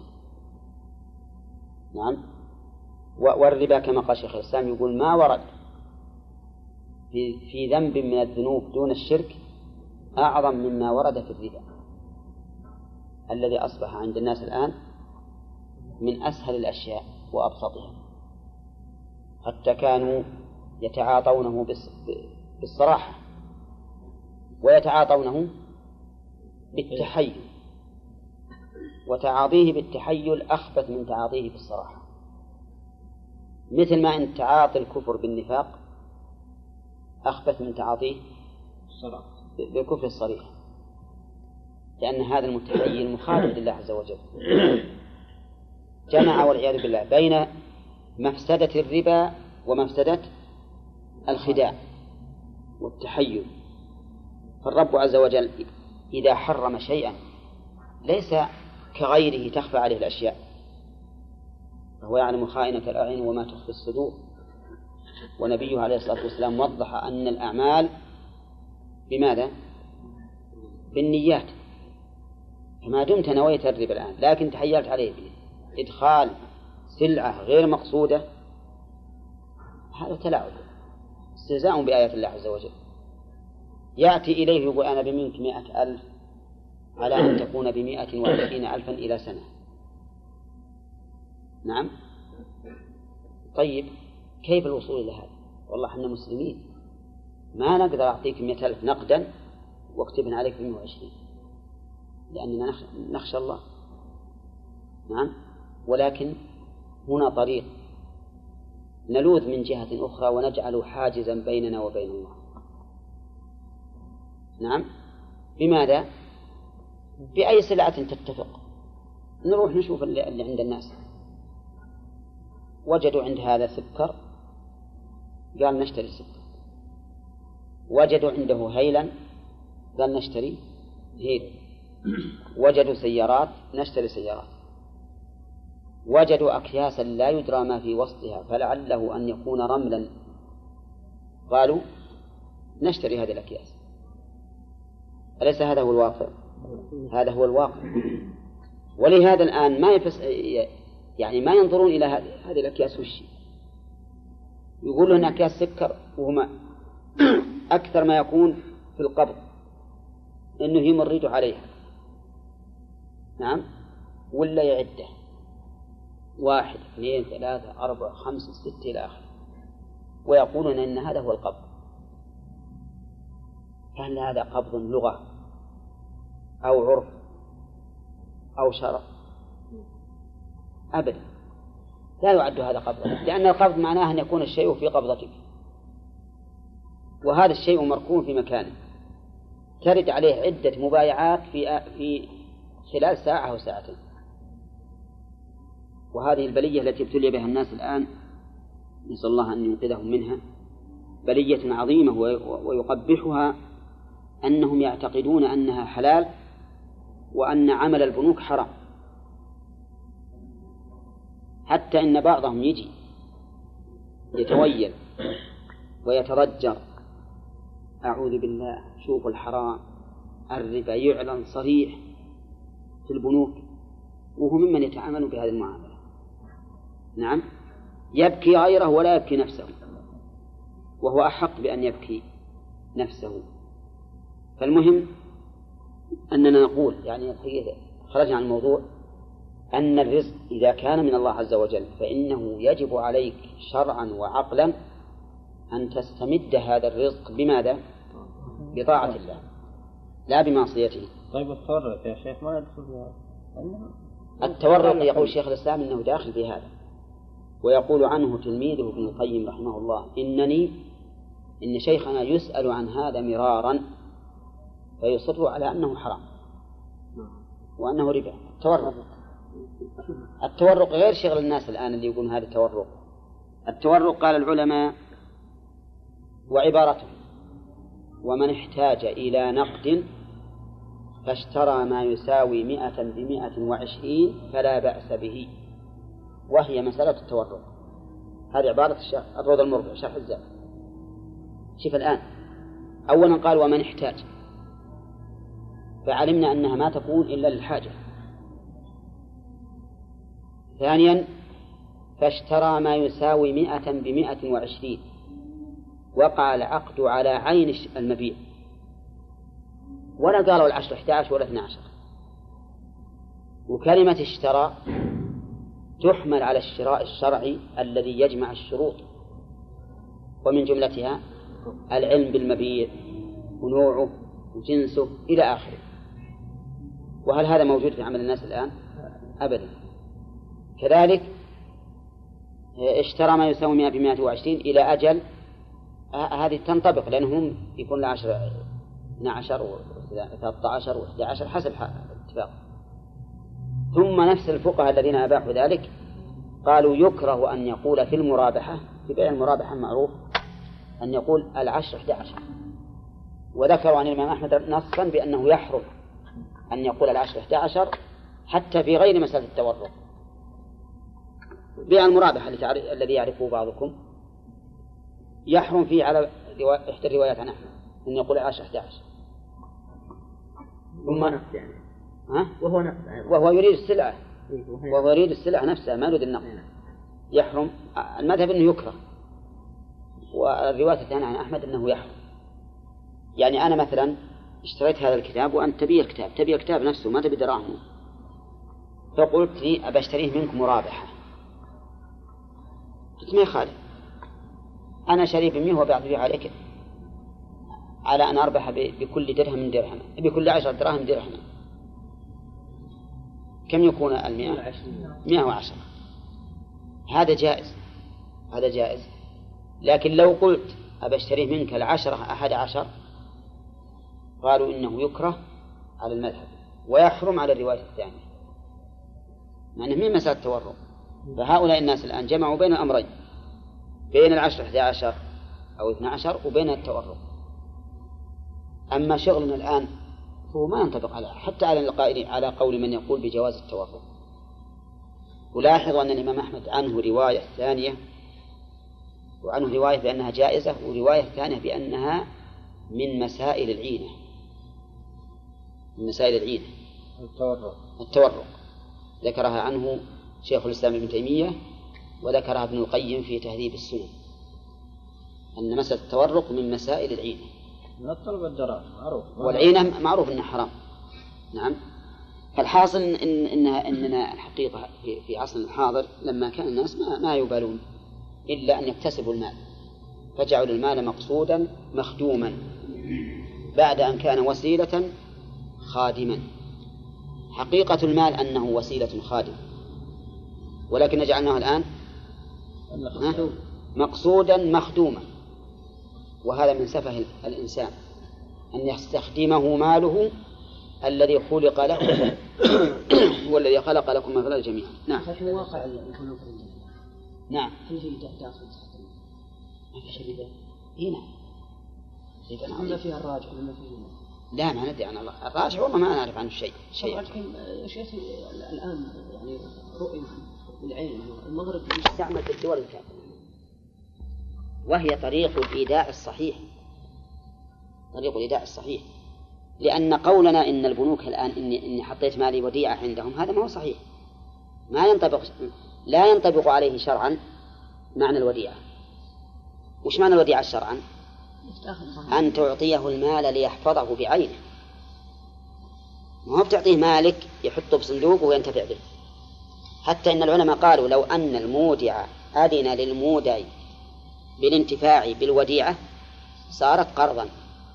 نعم. والربا كما قال شيخ الإسلام يقول ما ورد في ذنب من الذنوب دون الشرك أعظم مما ورد في الربا الذي أصبح عند الناس الآن من أسهل الأشياء وأبسطها، حتى كانوا يتعاطونه بالصراحة ويتعاطونه بالتحيل، وتعاطيه بالتحيل أخبث من تعاطيه بالصراحة، مثل ما أن تعاطي الكفر بالنفاق أخبث من تعاطيه بالكفر الصريح، لأن هذا المتحيل مخالف لله عز وجل. جمع والعياذ بالله بين مفسدة الربا ومفسدة الخداع والتحيل. فالرب عز وجل إذا حرم شيئا ليس كغيره تخفى عليه الأشياء، فهو يعلم خائنة الأعين وما تخفي الصدور. ونبيه عليه الصلاة والسلام وضح أن الأعمال بماذا؟ بالنيات. فما دمت نويت الربا الآن لكن تحيلت عليه إدخال سلعة غير مقصودة هذا تلاعب استهزاء بآيات الله عز وجل. يأتي إليه يقول أنا بمنك 100,000 على أن تكون ب120,000 إلى سنة. نعم. طيب كيف الوصول إلى هذا؟ والله احنا مسلمين ما نقدر أعطيك 100,000 نقدا واكتبنا عليك ب120 لأننا نخشى الله. نعم. ولكن هنا طريق نلوذ من جهة أخرى ونجعل حاجزا بيننا وبين الله. نعم. بماذا؟ بأي سلعة تتفق نروح نشوف اللي عند الناس وجدوا عند هذا سكر قال نشتري السكر، وجدوا عنده هيلا قال نشتري هيل، وجدوا سيارات نشتري سيارات، وجدوا أكياسا لا يدرى ما في وسطها فلعله أن يكون رملا قالوا نشتري هذه الأكياس. أليس هذا هو الواقع؟ هذا هو الواقع. ولهذا الآن ما ينظرون إلى هذه الأكياس وش يقولون أنها أكياس سكر، وهما أكثر ما يكون في القبض إنه يمرد عليها. نعم. ولا يعده 1 2 3 4 5 6 إلى آخره ويقولون إن هذا هو القبض. فهل هذا قبض لغة أو عرف أو شرع؟ أبدا لا يعد هذا قبضا، لأن القبض معناه أن يكون الشيء في قبضتك، وهذا الشيء مركون في مكانه ترد عليه عدة مبايعات في خلال ساعة أو ساعتين. وهذه البلية التي ابتلي بها الناس الآن نسأل الله أن ينقذهم منها بلية عظيمة، ويقبحها أنهم يعتقدون أنها حلال وأن عمل البنوك حرام، حتى إن بعضهم يجي يتويل ويترجر، أعوذ بالله، شوف الحرام، الربا يعلن صريح في البنوك، وهو ممن يتعامل بهذه المعاملة. نعم، يبكي غيره ولا يبكي نفسه، وهو أحق بأن يبكي نفسه. فالمهم أننا نقول يعني خرجنا عن الموضوع أن الرزق إذا كان من الله عز وجل فإنه يجب عليك شرعا وعقلا أن تستمد هذا الرزق بماذا؟ بطاعة الله لا بمعصيته. طيب التورط يا شيخ ما يدخل فيها؟ التورط يقول شيخ الإسلام إنه داخل في هذا، ويقول عنه تلميذه ابن القيم رحمه الله إن شيخنا يسأل عن هذا مرارا فيصر على أنه حرام وأنه ربا. التورق غير شغل الناس الآن اللي يقولون هذا التورق. التورق قال العلماء وعبارته: ومن احتاج إلى نقد فاشترى ما يساوي 100 ب120 فلا بأس به، وهي مسألة التورق. هذه عبارة الروض المربع شرح الزاد. شوف الآن، أولا قال ومن احتاج، فعلمنا أنها ما تكون إلا للحاجة. ثانيا فاشترى ما يساوي 100 ب120، وقع العقد على عين المبيع، ولا قالوا 10 11 ولا 12. وكلمة اشترى تحمل على الشراء الشرعي الذي يجمع الشروط، ومن جملتها العلم بالمبيع ونوعه وجنسه إلى آخره. وهل هذا موجود في عمل الناس الآن؟ أبدا. كذلك اشترى ما يساوي 100 ب120 إلى أجل، هذه تنطبق لأنهم يكون ل 10 12 و13 و11 حسب الاتفاق. ثم نفس الفقهاء الذين أباحوا ذلك قالوا يكره أن يقول في المرابحة، في بيع المرابحة معروف أن يقول 10 11، وذكروا عن الإمام أحمد نصا بأنه يحرم أن يقول 10 11 حتى في غير مسألة التورق. بيع المرابحة الذي يعرفه بعضكم يحرم فيه على إحدى الروايات عن أحمد أن يقول 10 11. وهو نفس يعني وهو يريد السلعة، وهو يريد السلعة نفسها ما يريد النقد. يحرم. المذهب أنه يكره، والرواية الثانية عن أحمد أنه يحرم. يعني أنا مثلا اشتريت هذا الكتاب وأنت تبي الكتاب نفسه ما تبي دراهمه، فقلت لي أبى أشتريه منك مرابحة، قلت ما يخالف، أنا شريك ب100 وبعطيه عليك على أن أربح بكل درهم درهم، بكل 10 دراهم درهم. كم يكون 110. هذا جائز. لكن لو قلت أبى أشتريه منك 10 11 قالوا إنه يكره على المذهب ويحرم على الرواية الثانية، مع أنه من مسألة التورق. فهؤلاء الناس الآن جمعوا بين الأمرين، بين 10 11 أو 12 وبين التورق. أما شغلنا الآن فهو ما ينطبق حتى على قول من يقول بجواز التورق. ولاحظوا أن الإمام أحمد عنه رواية ثانية، وعنه رواية بأنها جائزة، ورواية ثانية بأنها من مسائل العينة. التورق ذكرها عنه شيخ الإسلام ابن تيمية، وذكرها ابن القيم في تهذيب السنن، أن مسألة التورق من مسائل العينة. من الطلب الدراهم معروف، والعينة معروف أنها حرام. نعم. فالحاصل إننا الحقيقة في عصرنا الحاضر لما كان الناس ما يبالون إلا أن يكتسبوا المال، فجعلوا المال مقصودا مخدوما بعد أن كان وسيلة خادما. حقيقة المال أنه وسيلة خادم، ولكن جعلناه الآن مقصودا مخدوما، وهذا من سفه الإنسان أن يستخدمه ماله الذي خلق له والذي خلق لكم من الأرض جميعا. نعم. في واقع البنوك عندنا. نعم. هل في داخل تحت ما في شيء هنا؟ ولا فيها الراجح ولا فيها؟ لا ما ندري عن الله الراجح والله ما نعرف عنه شيء. لكن شيخ الآن يعني رؤية بالعين المغرب يستعمل في الدول الكافرة، وهي طريق الإيداع الصحيح، طريق الإيداع الصحيح. لأن قولنا إن البنوك الآن إني حطيت مالي وديعة عندهم هذا ما هو صحيح، لا ينطبق عليه شرعا معنى الوديعة. وش معنى الوديعة شرعا؟ أن تعطيه المال ليحفظه بعينه، ما هو بتعطيه مالك يحطه بصندوق وينتفع به. حتى إن العلماء قالوا لو أن المودع أذن للمودع بالانتفاع بالوديعة صارت قرضا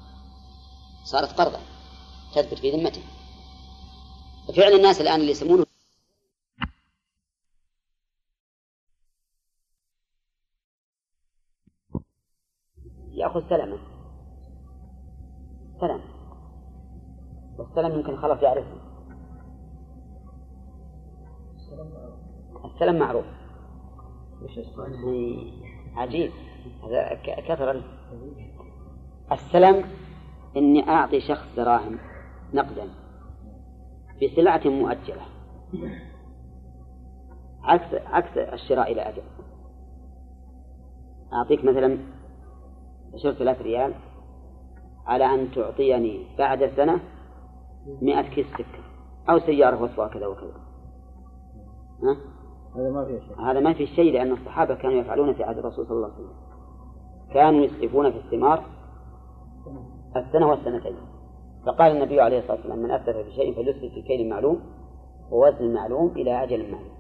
تثبت في ذمته. وفعل الناس الآن اللي يسمونه يأخذ سلم، والسلم يمكن خلاص يعرفه. السلم معروف. عجيب هذا كثر. السلم إني أعطي شخص دراهم نقدا بسلعة مؤجلة عكس الشراء إلى أجل. أعطيك مثلا 10,000 ريال على أن تعطيني بعد سنة 100 كيس سكر أو سيارة وصفها كذا وكذا. هذا ما في شيء، لأن الصحابة كانوا يفعلون في عهد الرسول صلى الله عليه وسلم، كانوا يسلفون في الثمار السنة والسنتين. فقال النبي عليه الصلاة والسلام من أسلف في شيء فليسلف في كيل معلوم ووزن معلوم إلى أجل معلوم.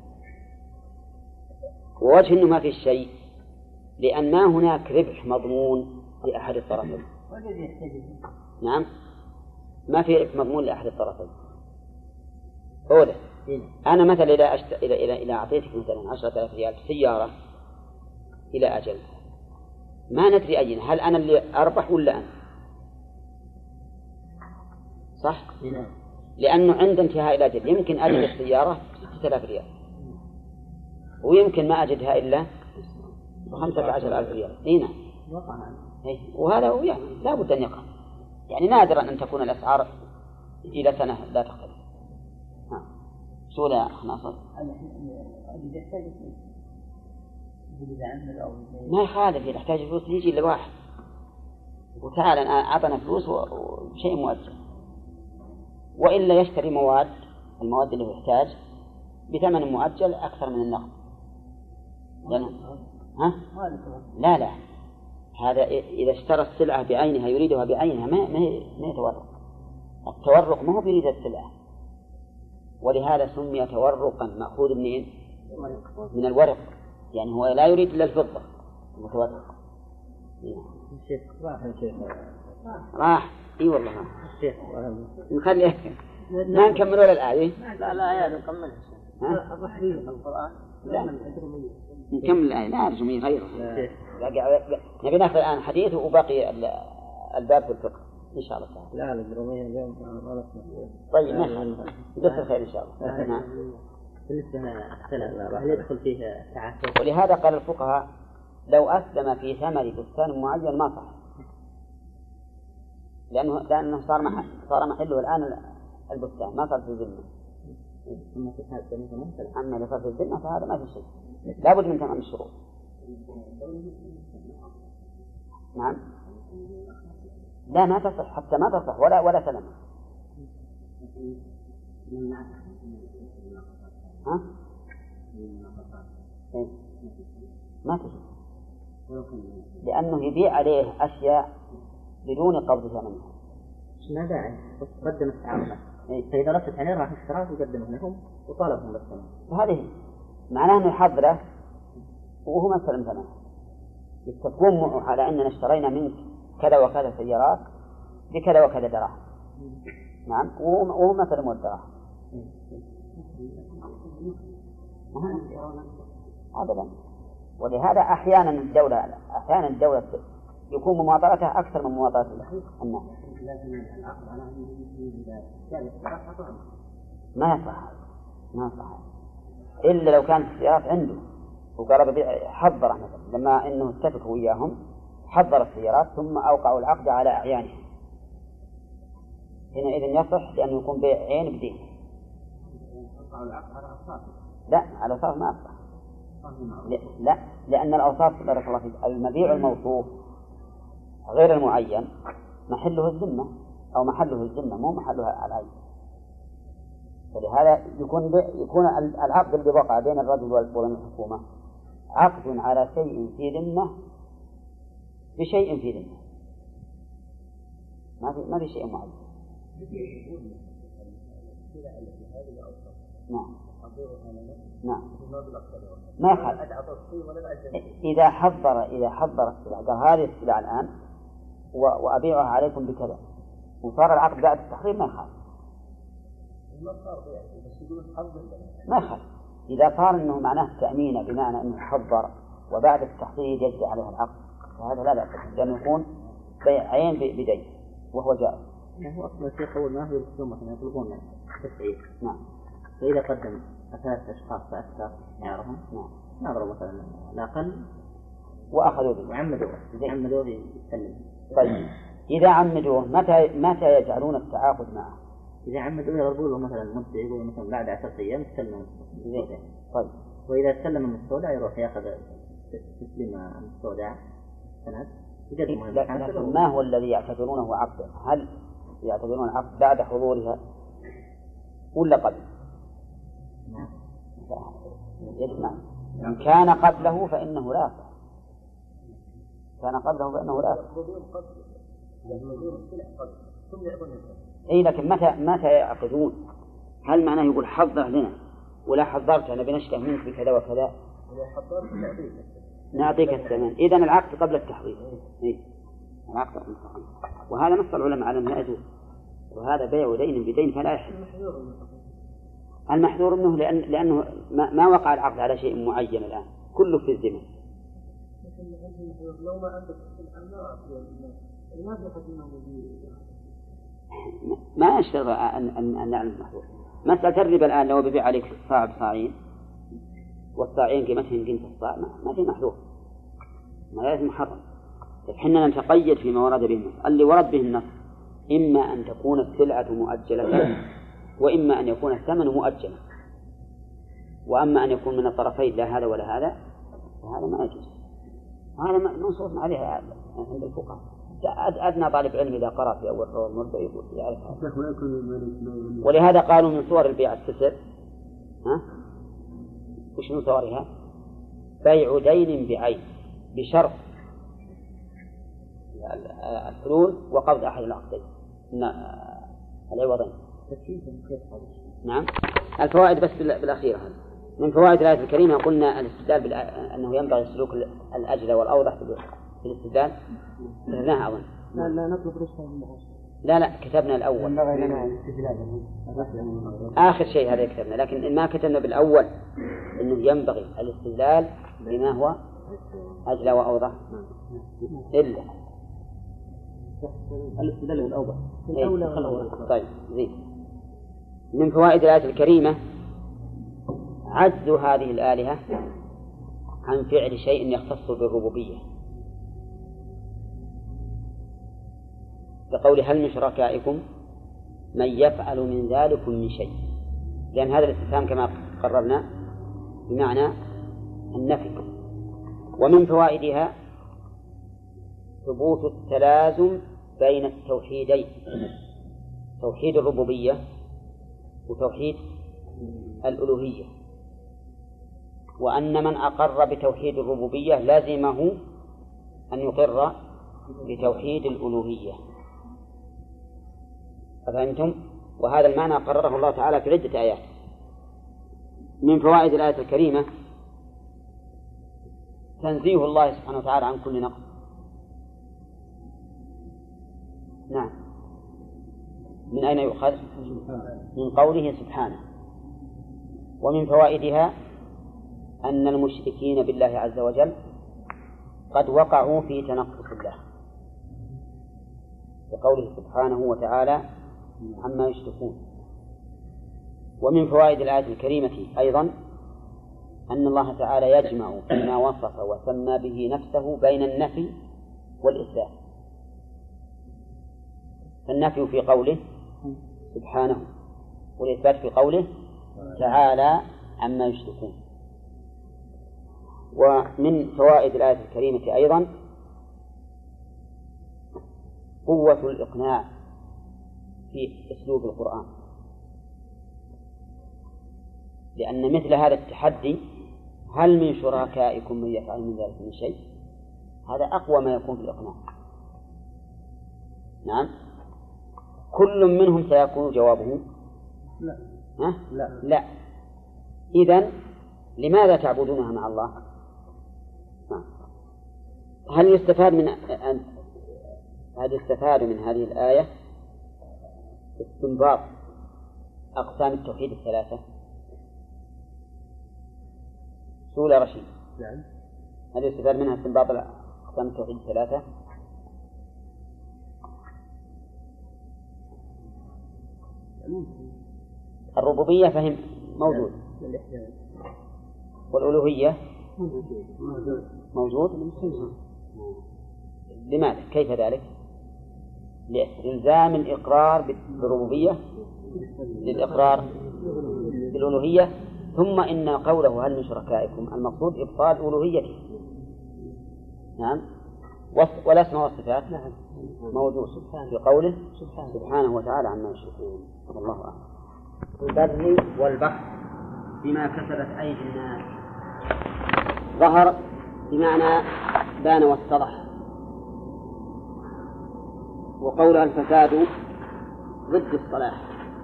ووجه إنه ما في شيء لأن ما هناك ربح مضمون لأحد الطرفين. نعم ما في ربح مضمون لأحد الطرفين. أولا أنا مثلا إذا أعطيتك مثلا 10,000 ريال سيارة إلى أجل ما ندري أين، هل أنا اللي أربح ولا أنت؟ صح؟ لأنه عند انتهاء الأجل يمكن أجد السيارة 6,000 ريال ويمكن ما أجدها إلا 15,000 ريال. هنا وهذا هو يعني لا بد أن يقع، يعني نادرا أن تكون الأسعار إلى سنة لا تختلف. سؤال ناصر ما يخالف إذا احتاج فلوس يجي لواحد وتعال أعطنا فلوس وشيء مؤجل، وإلا يشتري المواد اللي يحتاج بثمن مؤجل أكثر من النقد. لا هذا إذا اشترى السلعة بعينها يريدها بعينها ما يتورق. التورق ما هو بيريد السلعة، ولهذا سمي تورقا مأخوذ من الورق، يعني هو لا يريد إلا الفضة المتورق. راح اي والله نخلي ما نكمل ولا الآية. لا يا نكمل القرآن لا نكمل الآية لا أرجو غيره. نبي ناخذ الآن حديث وباقي الباب في الفقه إن شاء الله تعالى. لا الجرومية اليوم طيب ما بس الخير إن شاء الله. نعم. بالنسبة هل يدخل فيه تعافي؟ ولهذا قال الفقهاء لو أسلم في ثمر بستان معين ما صح، لأنه صار محله الآن البستان ما صار في الذمة. أما إذا صار في الذمة فهذا ما في شيء، لا بد من تمام الشروط. نعم لا ما تصح حتى ما تصح ولا سلم. ها؟ ما تصح لأنه يبيع عليه أشياء بدون قبض ثمنها. ما داعي قدم التعامل، فإذا ردت عليه راح اشتراه وقدمه لهم وطالبهم بالثمن. فهذه معناه أنه يحضره وهو ما سلم ثمنه، يتفقون معه على أننا اشترينا منك كذا وكذا سيارات بكذا وكذا دراهم. نعم وهو ما سلموا الدراهم أبدا. ولهذا أحيانا الدولة يكون مماطلتها أكثر من مماطلة الناس. ما يصح إلا لو كانت السيارات عنده وقال حضر مثلا لما إنه اتفقوا وياهم حضر السيارات ثم أوقعوا العقد على أعيانها حينئذ يصح لأنه يكون بيع عين بدين. لا على أوصاف ما أصح. لا لأن الأوصاف بارك الله فيك المبيع الموصوف غير المعين محله الذمة أو محله الذمة مو محلها العين. فلهذا يكون العقد اللي وقع بين الرجل وبين الحكومة عقد على شيء في ذمة بشيء في ذمة، ما في شيء معين. نعم نعم ما يخالف. إذا حضر السلعة قال هذه السلعة الآن وأبيعها عليكم بكذا وصار العقد بعد التحرير ما يخالف. ما يخالف إذا صار أنه معناه تأمين بمعنى أنه حضر وبعد التحصيل يجري عليه العقد فهذا لا بأس لأنه يكون بيع عين بدين وهو جائز. هو أصلا شيء أول ما هو الخصومة مثلا يطلبون تسعير. نعم. فإذا قدم 3 أشخاص فأكثر يعرفهم نظروا مثلا لا أقل وأخذوا به وعمدوه يسلم. طيب إذا عمدوه متى يجعلون التعاقد معه؟ إذا عمدوه يضربوا له مثلا مدة يقولوا مثلا بعد 10 أيام تسلم المستودع. طيب وإذا سلم المستودع يروح يأخذ تسليم المستودع سند يقدمه. لكن ما هو الذي يعتبرونه عقدا؟ هل يعتبرون عقد بعد حضورها ولا قبل؟ نعم. إن كان قبله فإنه لا يصح. أي لكن متى يعقدون؟ هل معناه يقول حضر لنا ولا حضرت أنا بنشتري منك بكذا وكذا نعطيك الثمن. إذن العقد قبل التحضير. العقد قبل التحضير وهذا نص العلماء على أنه يجوز وهذا بيع دين بدين فلا يحل. المحذور منه لأنه ما وقع العقد على شيء معين الآن كله في الذمة. ما أشترط أن نعلم المحذور. مسألة الربا الآن لو ببيع عليك صاع بصاعين والصاعين قيمتهم قيمة الصاع ما في محذور ما لازم محرم. حنا نتقيد فيما ورد به النص. اللي ورد به النص إما أن تكون السلعة مؤجلة وإما أن يكون الثمن مؤجلا وأما أن يكون من الطرفين لا هذا ولا هذا فهذا ما يجوز. هذا منصوص عليه عند الفقهاء. أدنى طالب علم إذا قرأ في أول روى المربع يقول يعرف هذا. ولهذا قالوا من صور البيع التسر وش من صورها؟ بيع دين بعين بشرط الحلول وقبض أحد العقدين العوضين. نعم. الفوائد بس بالأخير هذا من فوائد الآية الكريمة قلنا الاستدلال أنه ينبغي السلوك الأجل والأوضح في الاستدلال كتبناها أظن. لا نطلب رشوة من العشر. لا كتبنا الأول آخر شيء هذا كتبنا لكن ما كتبنا بالأول أنه ينبغي الاستدلال بما هو أجل وأوضح إلا الاستدلال بالأوضح. طيب زين. من فوائد الآية الكريمة عجز هذه الآلهة عن فعل شيء يختص بالربوبية بقول هل من شركائكم من يفعل من ذلك من شيء لأن هذا الاستفهام كما قررنا بمعنى النفي. ومن فوائدها ثبوت التلازم بين التوحيدين توحيد الربوبية وتوحيد الألوهية وأن من أقر بتوحيد الربوبية لازمه أن يقر بتوحيد الألوهية. أفهمتم؟ وهذا المعنى قرره الله تعالى في عدة آيات. من فوائد الآية الكريمة تنزيه الله سبحانه وتعالى عن كل نقص. نعم. من أين يؤخذ؟ من قوله سبحانه. ومن فوائدها أن المشركين بالله عز وجل قد وقعوا في تنقص الله بقوله سبحانه وتعالى عما يشركون. ومن فوائد الآية الكريمة أيضا أن الله تعالى يجمع فيما وصف وسمى به نفسه بين النفي والإثبات. فالنفي في قوله سبحانه، والإثبات في قوله تعالى عما يشركون. ومن فوائد الآية الكريمة أيضا قوة الإقناع في أسلوب القرآن، لأن مثل هذا التحدي هل من شركائكم من يفعل من ذلك من شيء، هذا أقوى ما يكون في الإقناع. نعم، كل منهم سيكون جوابه لا. ها؟ لا. إذن لماذا تعبدونها مع الله؟ هل يستفاد من هذه الآية استنباط أقسام التوحيد الثلاثة؟ سؤال رشيد. نعم. هل يستفاد منها استنباط أقسام التوحيد الثلاثة؟ الربوبية فهم موجود، والألوهية موجود. لماذا؟ كيف ذلك؟ لإلزام الإقرار بالربوبية للإقرار بالألوهية. ثم إن قوله هل من شركائكم المقصود إبطال ألوهيته. نعم. والاسم والصفات موجود في قوله سبحانه وتعالى عما يشركون. الله أعلم. البر والبحر بما كسبت أيدي الناس. ظهر بمعنى بان واتضح، وقولها الفساد ضد الصلاح،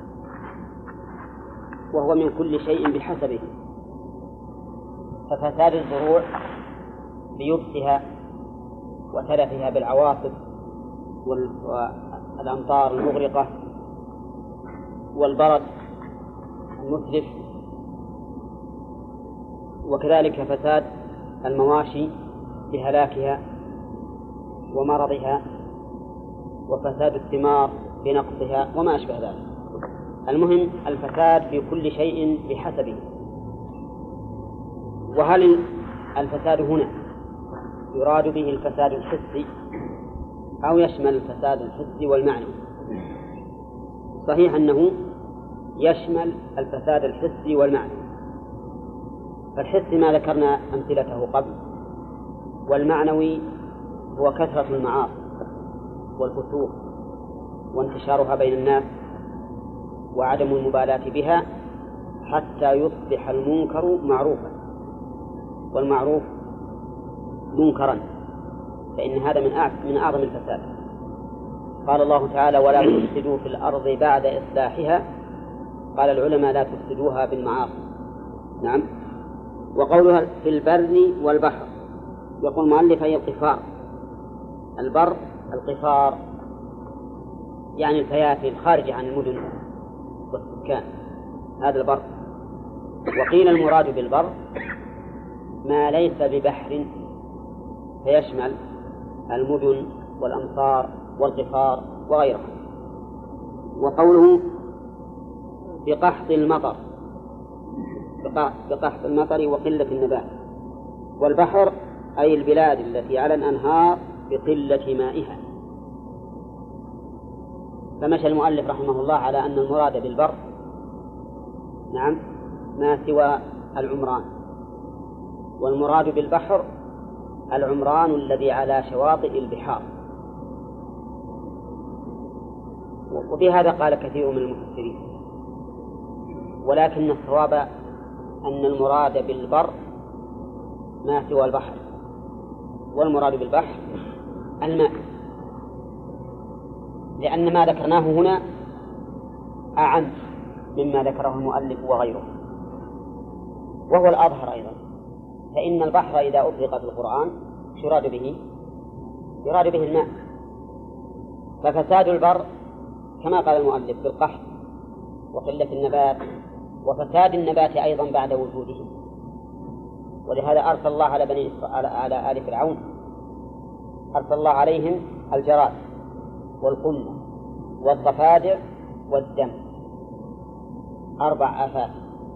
وهو من كل شيء بحسبه. ففساد الزروع بيبسها وتلفها بالعواصف والأمطار المغرقة والبرد المتلف، وكذلك فساد المواشي بهلاكها ومرضها، وفساد الثمار بنقصها وما أشبه ذلك. المهم الفساد في كل شيء بحسبه. وهل الفساد هنا يراد به الفساد الحسي أو يشمل الفساد الحسي والمعنوي؟ صحيح أنه يشمل الفساد الحسي والمعنوي. فالحسي ما ذكرنا أمثلته قبل، والمعنوي هو كثرة المعاصي والفسوق وانتشارها بين الناس وعدم المبالاة بها حتى يصبح المنكر معروفا والمعروف منكرا، فإن هذا من أعظم الفساد. قال الله تعالى ولا تفسدوا في الأرض بعد إصلاحها، قال العلماء لا تفسدوها بالمعاصي. نعم. وقولها في البر والبحر، يقول المؤلف أي القفار. البر القفار يعني الفيافي الخارجة عن المدن والسكان، هذا البر. وقيل المراد بالبر ما ليس ببحر، فيشمل المدن والأمصار والقفار وغيرها. وقوله بقحط المطر، بقحط المطر وقلة النبات. والبحر أي البلاد التي على الأنهار بقلة مائها. فمشى المؤلف رحمه الله على أن المراد بالبر نعم ما سوى العمران، والمراد بالبحر العمران الذي على شواطئ البحار. وبهذا قال كثير من المفسرين، ولكن الصواب أن المراد بالبر ما سوى البحر، والمراد بالبحر الماء، لأن ما ذكرناه هنا أعم مما ذكره المؤلف وغيره، وهو الأظهر أيضا. فإن البحر إذا أطلق في القرآن يراد به الماء. ففساد البر كما قال المؤلف بالقحط وقلة النبات، وفساد النبات أيضا بعد وجوده. ولهذا أرسل الله على آل فرعون أرسل الله عليهم الجراد والقمل والضفادع والدم، 4 آفات.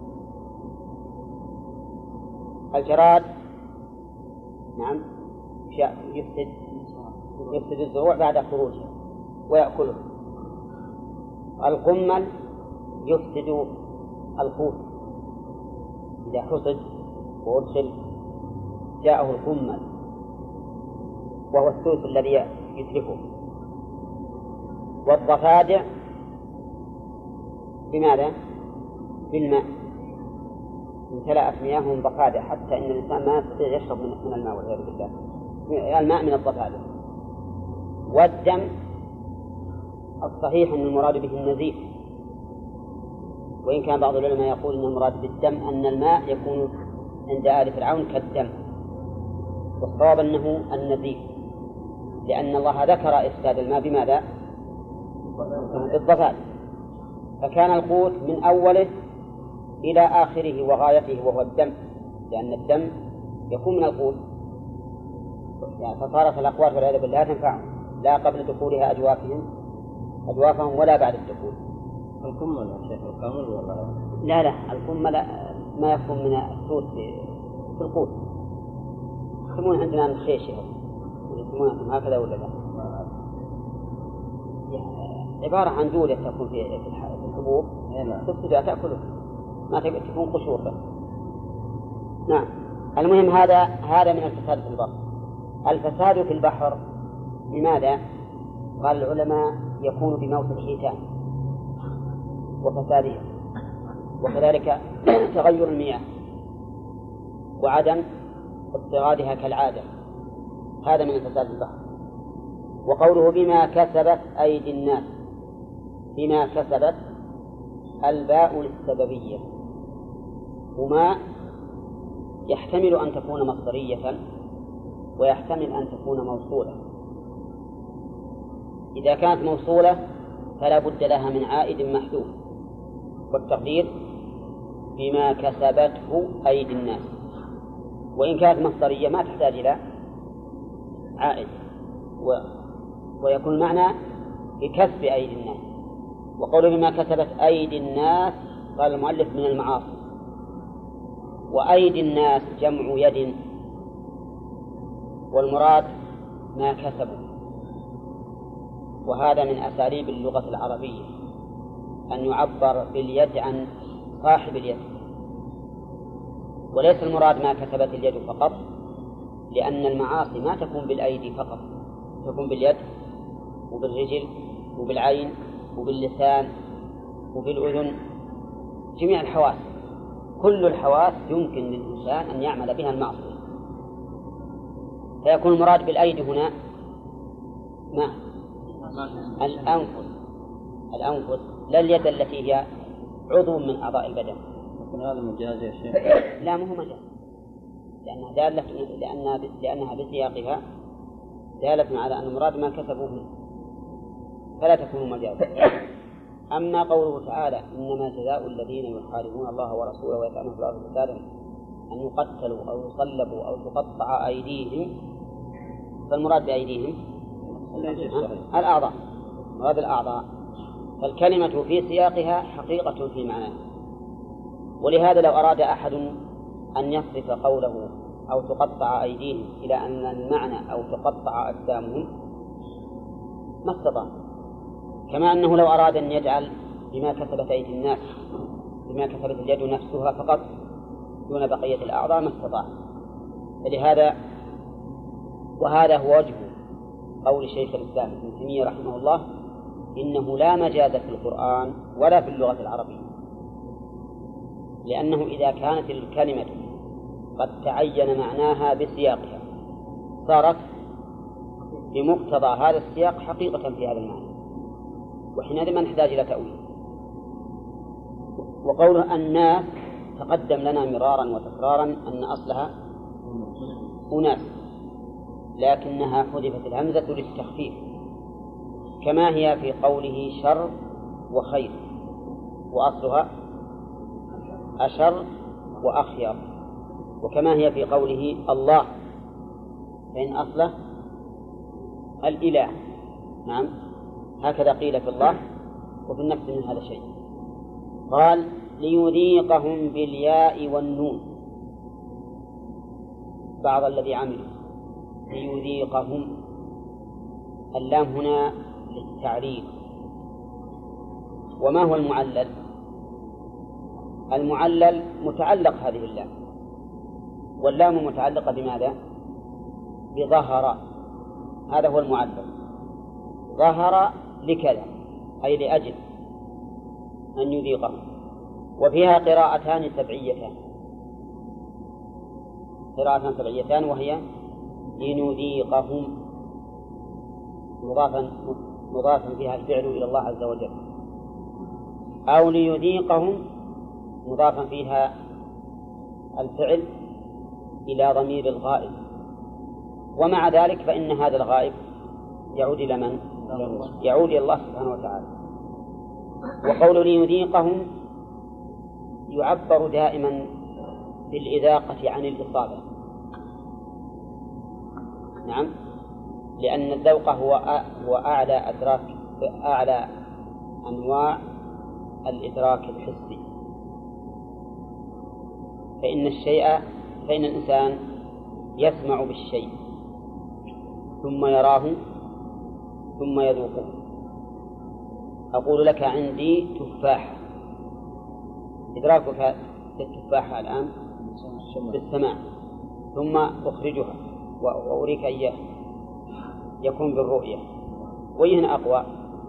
الجراد نعم يفسد الزروع بعد خروجها ويأكله. القمل يفسد القوت، إذا حصد وأدخل جاءه القمل وهو الثلث الذي يتركه. والضفادع بماذا؟ بالماء، امتلأت مياههم ضفادع حتى إن الإنسان ما يستطيع يشرب من الماء والعياذ بالله، الماء من الضفادع. والدم الصحيح أن المراد به النزيف، وإن كان بعض العلماء يقول أن المراد بالدم أن الماء يكون عند آل فرعون كالدم، والصواب أنه النزيف، لأن الله ذكر إفساد الماء بماذا؟ بالضفادع. فكان القوت من أوله إلى آخره وغايته وهو الدم، لأن الدم يكون من القوت، يعني فصارت الأقوات والعياذ بالله لا تنفعهم لا قبل دخولها أجوافهم ولا بعد الدخول. الكمل يا شيخ الكامل ولا لا الكمل ما يكون من السود في القوت، يسمون عندنا الخيشة، يسمونها هكذا ولا لا؟ عبارة عن دولة تكون في الحبوب تفسد تأكله، ما تكون قشور بس. نعم. المهم هذا من الفساد في البر. الفساد في البحر لماذا؟ قال العلماء يكون بموت الحيتان وفسادها، وكذلك تغير المياه وعدم اضطرادها كالعادة، هذا من الفساد في البحر. وقوله بما كسبت أيدي الناس، بما كسبت الباء للسببية، وما يحتمل أن تكون مصدرية ويحتمل أن تكون موصولة. إذا كانت موصولة فلا بد لها من عائد محذوف، والتقدير بما كسبته أيدي الناس. وإن كانت مصدرية ما تحتاج إلى عائد، ويكون المعنى بكسب أيدي الناس. وقوله بما كسبت أيدي الناس قال المؤلف من المعاصي، وأيدي الناس جمع يد، والمراد ما كسبوا. وهذا من أساليب اللغة العربية أن يعبر باليد عن صاحب اليد، وليس المراد ما كسبت اليد فقط، لأن المعاصي ما تكون بالأيدي فقط، تكون باليد وبالرجل وبالعين وباللسان وبالأذن، جميع الحواس، كل الحواس يمكن للإنسان أن يعمل بها المعصية. فيكون المراد بالأيدي هنا ما الأنفس لا اليد التي هي عضو من أعضاء البدن. لكن هذا مجاز يا شيخ؟ لا مو مجاز، لأنها دالة، لأنها بسياقها دالة على أن المراد ما كسبوه، فلا تكون مجازا. أما قوله تعالى إنما جزاء الذين يحاربون الله ورسوله ويسعون في الأرض فسادا أن يقتلوا أو يصلبوا أو تقطع أيديهم، فالمراد بأيديهم الأعضاء، مراد الأعضاء، فالكلمة في سياقها حقيقة في معناها. ولهذا لو أراد أحد أن يصرف قوله أو تقطع أيديهم إلى أن المعنى أو تقطع أجسامهم ما استطاع، كما أنه لو أراد أن يجعل بما كسبت أيدي الناس بما كسبت اليد نفسها فقط دون بقية الأعضاء ما استطاع. فلهذا وهذا هو وجه قول شيخ الإسلام ابن تيمية رحمه الله إنه لا مجاز في القرآن ولا في اللغة العربية، لأنه إذا كانت الكلمة قد تعين معناها بسياقها صارت بمقتضى هذا السياق حقيقة في هذا المعنى، وحينئذ ما نحتاج إلى تأويل. وقوله الناس تقدم لنا مرارا وتكرارا أن أصلها أناس، لكنها حذفت الهمزة للتخفيف، كما هي في قوله شر وخير، وأصلها أشر وأخير، وكما هي في قوله الله فإن أصله الإله. نعم، هكذا قيل في الله وفي النفس من هذا الشيء. قال ليذيقهم بالياء والنون بعض الذي عملوا، ليذيقهم، اللام هنا للتعريف، وما هو المعلل؟ المعلل متعلق هذه اللام، واللام متعلقة بماذا؟ بظهر، هذا هو المعلل. ظهر لكذا أي لأجل أن يذيقهم. وفيها قراءتان سبعيتان وهي لنذيقهم، مضافا فيها الفعل إلى الله عز وجل، أو ليذيقهم مضافا فيها الفعل إلى ضمير الغائب. ومع ذلك فإن هذا الغائب يعود إلى من؟ يعود إلى الله سبحانه وتعالى. وقول ليذيقهم يعبر دائما بالإذاقة عن الإصابة، نعم، لأن الذوق هو أعلى أنواع الإدراك الحسي. فإن الإنسان يسمع بالشيء ثم يراه ثم يذوقه. أقول لك عندي تفاحة، إدراكك للتفاحة الآن بالسماع، ثم أخرجها وأريك إياه يكون بالرؤية. وين أقوى؟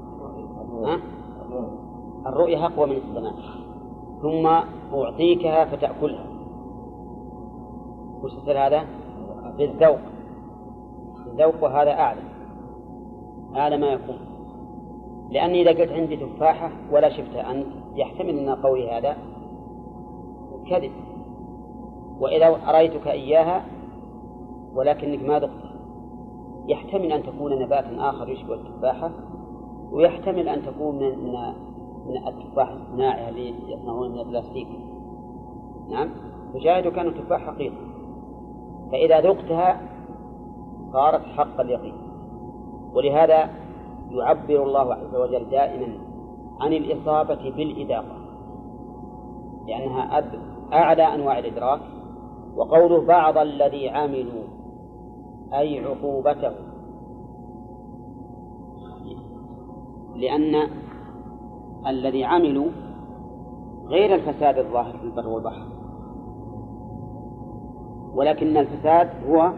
الرؤية أقوى من السماع. ثم أعطيكها فتأكلها، وش يصير هذا؟ بالذوق. الذوق وهذا أعلى ما يكون، لأني إذا قلت عندي تفاحة ولا شفتها أنت يحتمل أن قولي هذا كذب، وإذا أريتك إياها ولكنك ما ذقتها يحتمل أن تكون نبات آخر يشبه التفاحة، ويحتمل أن تكون من التفاح الصناعي اللي يصنعون من البلاستيك، نعم، فشاهدك أنه تفاح حقيقي. فإذا ذقتها صارت حق اليقين. ولهذا يعبر الله عز وجل دائما عن الإصابة بالإذاقة، لأنها أعلى أنواع الإدراك. وقوله بعض الذي عملوا أي عقوبته، لأن الذي عملوا غير الفساد الظاهر في البر والبحر، ولكن الفساد هو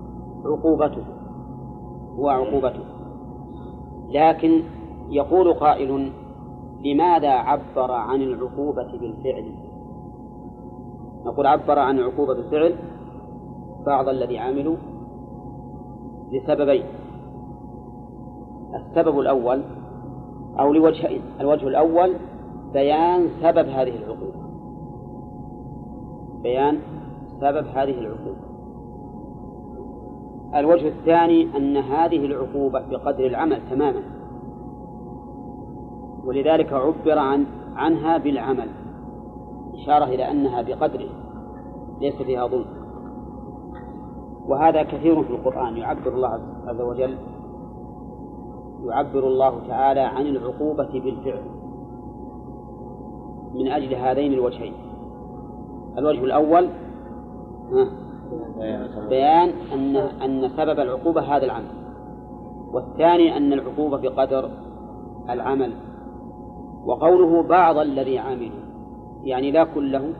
عقوبته. لكن يقول قائل: لماذا عبر عن العقوبة بالفعل؟ نقول عبر عن العقوبة بالفعل بعض الذي عملوا لسببين. السبب الأول أو لوجهين. الوجه الأول بيان سبب هذه العقوبة. الوجه الثاني أن هذه العقوبة بقدر العمل تماما، ولذلك عبر عنها بالعمل، إشارة إلى أنها بقدره ليس فيها ظلم. وهذا كثير في القرآن، يعبر الله عز وجل، يعبر الله تعالى عن العقوبة بالفعل من أجل هذين الوجهين. الوجه الأول بيان أن سبب العقوبة هذا العمل، والثاني أن العقوبة بقدر العمل. وقوله بعض الذي عملوا يعني لا كله،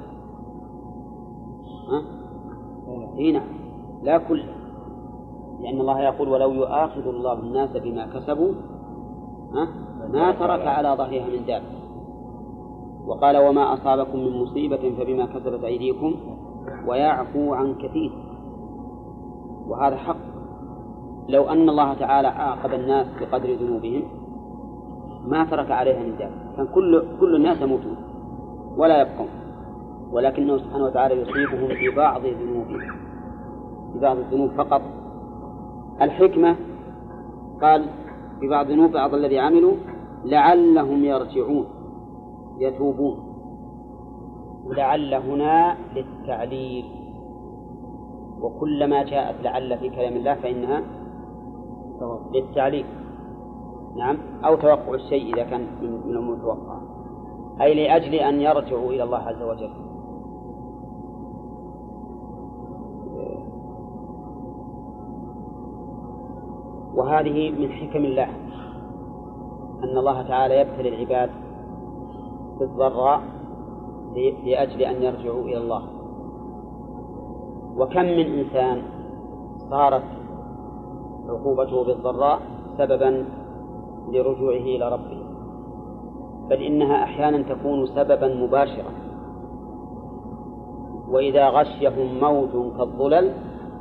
هنا لا كله، لأن الله يقول: ولو يؤاخذ الله الناس بما كسبوا ما ترك على ظهرها من دابة. وقال: وما أصابكم من مصيبة فبما كسبت أيديكم ويعفو عن كثير. وهذا حق. لو أن الله تعالى عاقب الناس بقدر ذنوبهم ما ترك عليها من دابة، كان كل الناس يموتون ولا يبقون، ولكنه سبحانه وتعالى يصيبهم في بعض ذنوبهم، في بعض الذنوب فقط. الحكمة قال في بعض الذنوب بعض الذي عملوا لعلهم يرجعون يتوبون. لعل هنا للتعليل، وكلما جاءت لعل في كلام الله فإنها للتعليل، نعم، أو توقع الشيء إذا كان من المتوقع، أي لأجل أن يرجعوا إلى الله عز وجل. وهذه من حكم الله أن الله تعالى يبتلي العباد بالضراء لأجل أن يرجعوا إلى الله. وكم من إنسان صارت عقوبته بالضراء سببا لرجوعه إلى ربه، بل إنها أحيانا تكون سببا مباشرا. وإذا غشيهم موج كالظلل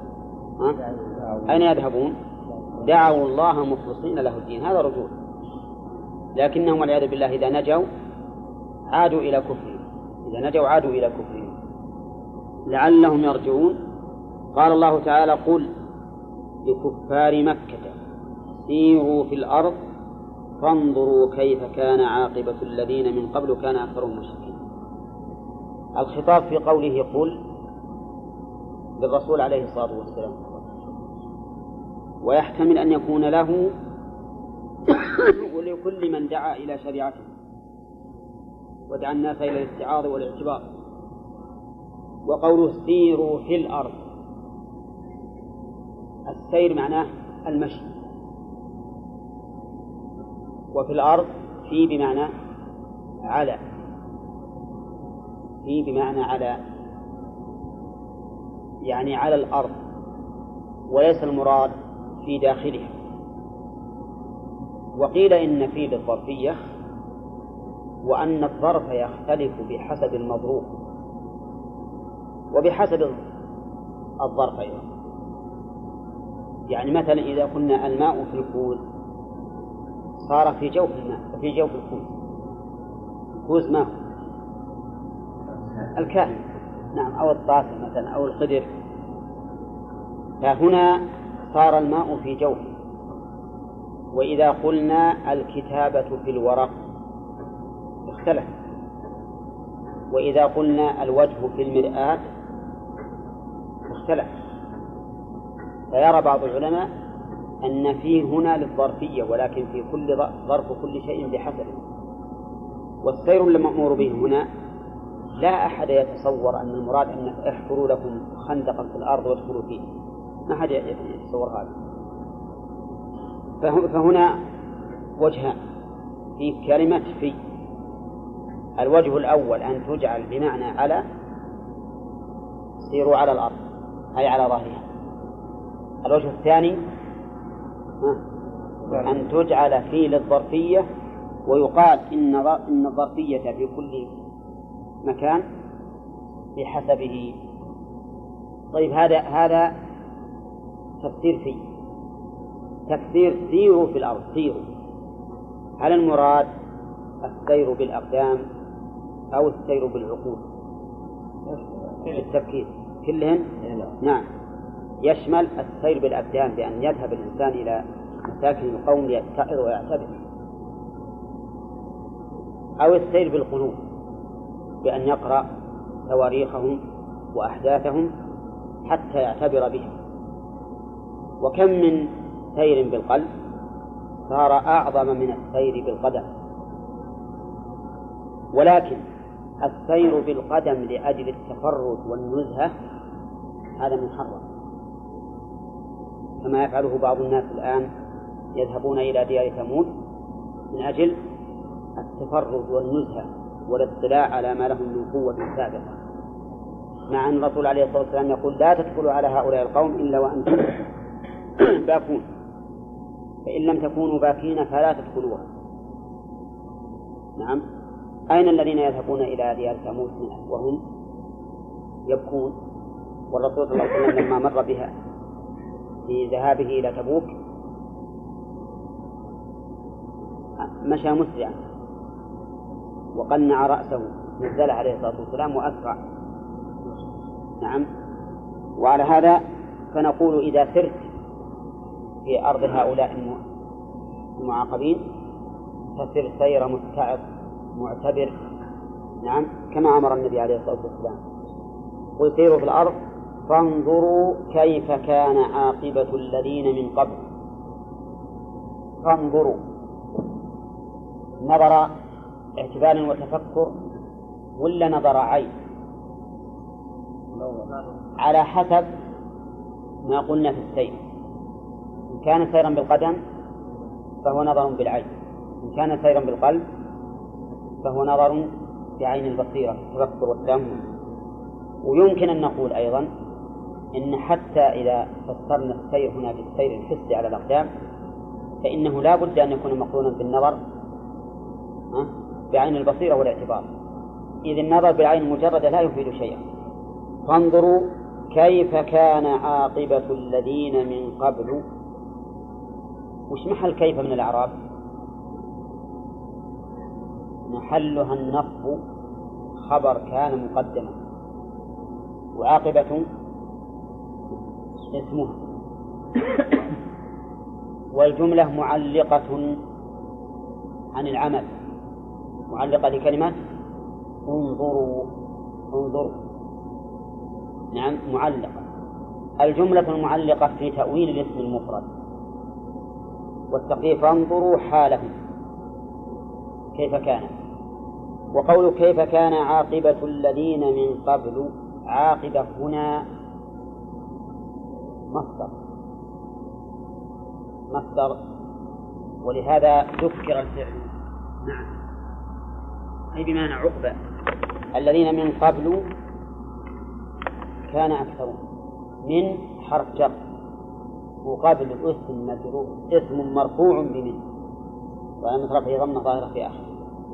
أين يذهبون؟ دعوا الله مخلصين له الدين، هذا رجوع. لكنهم والعياذ بالله إذا نجوا عادوا إلى كفرهم، إذا نجوا عادوا إلى كفرهم لعلهم يرجعون. قال الله تعالى: قل لكفار مكة سيروا في الأرض فانظروا كيف كان عاقبة الذين من قبل كان أكثرهم مشركين. الخطاب في قوله قل للرسول عليه الصلاة والسلام، ويحتمل أن يكون له ولكل من دعا إلى شريعته ودعا الناس إلى الاستعاض والاعتبار. وقوله سيروا في الأرض، السير معناه المشي، وفي الأرض في بمعنى على، في بمعنى على، يعني على الأرض، وليس المراد في داخلها. وقيل إن في بالظرفية، وأن الظرف يختلف بحسب المظروف وبحسب الظرف أيضا. يعني مثلا إذا كنا الماء في الكوز صار في جوف الماء، في جوف الكوز. الكوز ما هو الكاس، نعم، أو الطاسة مثلا أو القدر. فهنا صار الماء في جوف. وإذا قلنا الكتابة في الورق اختلف. وإذا قلنا الوجه في المرآة اختلف. فيرى بعض العلماء أن فيه هنا للظرفية، ولكن في كل ظرف كل شيء بحسبه. والسير المأمور به هنا لا أحد يتصور أن المراد أن احفروا لكم خندقا في الأرض وادخلوا فيه، ما أحد يتصور هذا. فهنا وجهان في كلمة في. الوجه الأول أن تجعل بمعنى على، سيروا على الأرض أي على ظهرها. الوجه الثاني أن تجعل في للظرفية، ويقال إن الظرفية في كل مكان بحسبه. طيب هذا تفسير في. تفسير سيروا في الأرض، سيروا، هل المراد السير بالأقدام أو السير بالعقول؟ التفكير كلهن نعم، يشمل السير بالأبدان بأن يذهب الإنسان إلى مساكن القوم ليتعظ ويعتبر، أو السير بالقلوب بأن يقرأ تواريخهم وأحداثهم حتى يعتبر بها. وكم من سير بالقلب صار أعظم من السير بالقدم. ولكن السير بالقدم لأجل التفرد والنزهة هذا محرم، كما يفعله بعض الناس الآن، يذهبون إلى ديار ثمود من أجل التفرد والنزهة والاطلاع على ما لهم من قوة سابقة، مع أن الرسول عليه الصلاة والسلام يقول: لا تدخلوا على هؤلاء القوم إلا وأنتم باكون، فإن لم تكونوا باكين فلا تدخلوها. نعم، أين الذين يذهبون إلى ديار ثمود وهم يبكون؟ والرسول صلى الله عليه وسلم لما مر بها في ذهابه إلى تبوك مشى مسرعا وقنع رأسه، نزل عليه الصلاة والسلام وأسرع. نعم، وعلى هذا فنقول إذا سرت في أرض هؤلاء المعاقبين فسر سير متعظ معتبر. نعم، كما أمر النبي عليه الصلاة والسلام: قل سيروا في الأرض فانظروا كيف كان عاقبة الذين من قبل. فانظروا، نظر اعتبار وتفكر ولا نظر عين؟ على حسب ما قلنا في السير. إن كان سيرا بالقدم فهو نظر بالعين، إن كان سيرا بالقلب فهو نظر بعين البصيرة التفكر والتأمل. ويمكن أن نقول أيضا إن حتى إذا فسرنا السير هنا بالسير الحسي على الأقدام فإنه لا بد أن يكون مقرونا بالنظر بعين البصيرة والاعتبار، إذ النظر بالعين المجردة لا يفيد شيئا. فانظروا كيف كان عاقبة الذين من قبل. وش محل كيف من الأعراب؟ محلها النصب، خبر كان مقدما، وعاقبة اسمها، والجملة معلقة عن العمل، معلقة لكلمة انظروا. انظروا نعم معلقة. الجملة المعلقة في تأويل الاسم المفرد، والتقدير فانظروا حالهم كيف كان. وقول كيف كان عاقبة الذين من قبل، عاقبة هنا مصدر ولهذا ذكر الفعل. نعم أي بمعنى عقبة. الذين من قبل كان أكثرون، من حرف جر، وقبل اسم مجرور، اسم مرفوع بمن، وعلامة رفعه ضمة ظاهرة في آخره.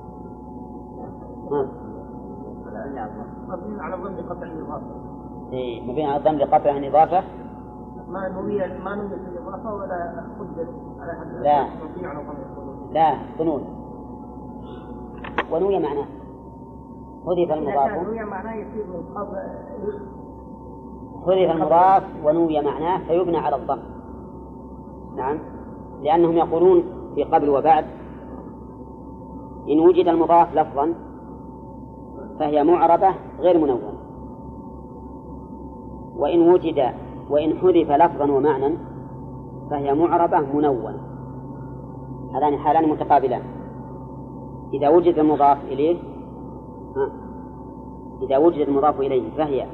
مبني على الضم لقطع الإضافة. إيه مبني على الضم لقطع الإضافة. ما نوي في الإضافة ولا قدر على حد. لا لا ظنون ونوي معناه حذف المضاف. نوي معناه يصير من قبل. حذف المضاف ونوي معناه فيبنى على الضم. نعم لأنهم يقولون في قبل وبعد إن وجد المضاف لفظا فهي معربة غير منونة، وإن حذف لفظا ومعنى فهي معربة منونة. هذان حالان متقابلان. إذا وجد المضاف إليه فهي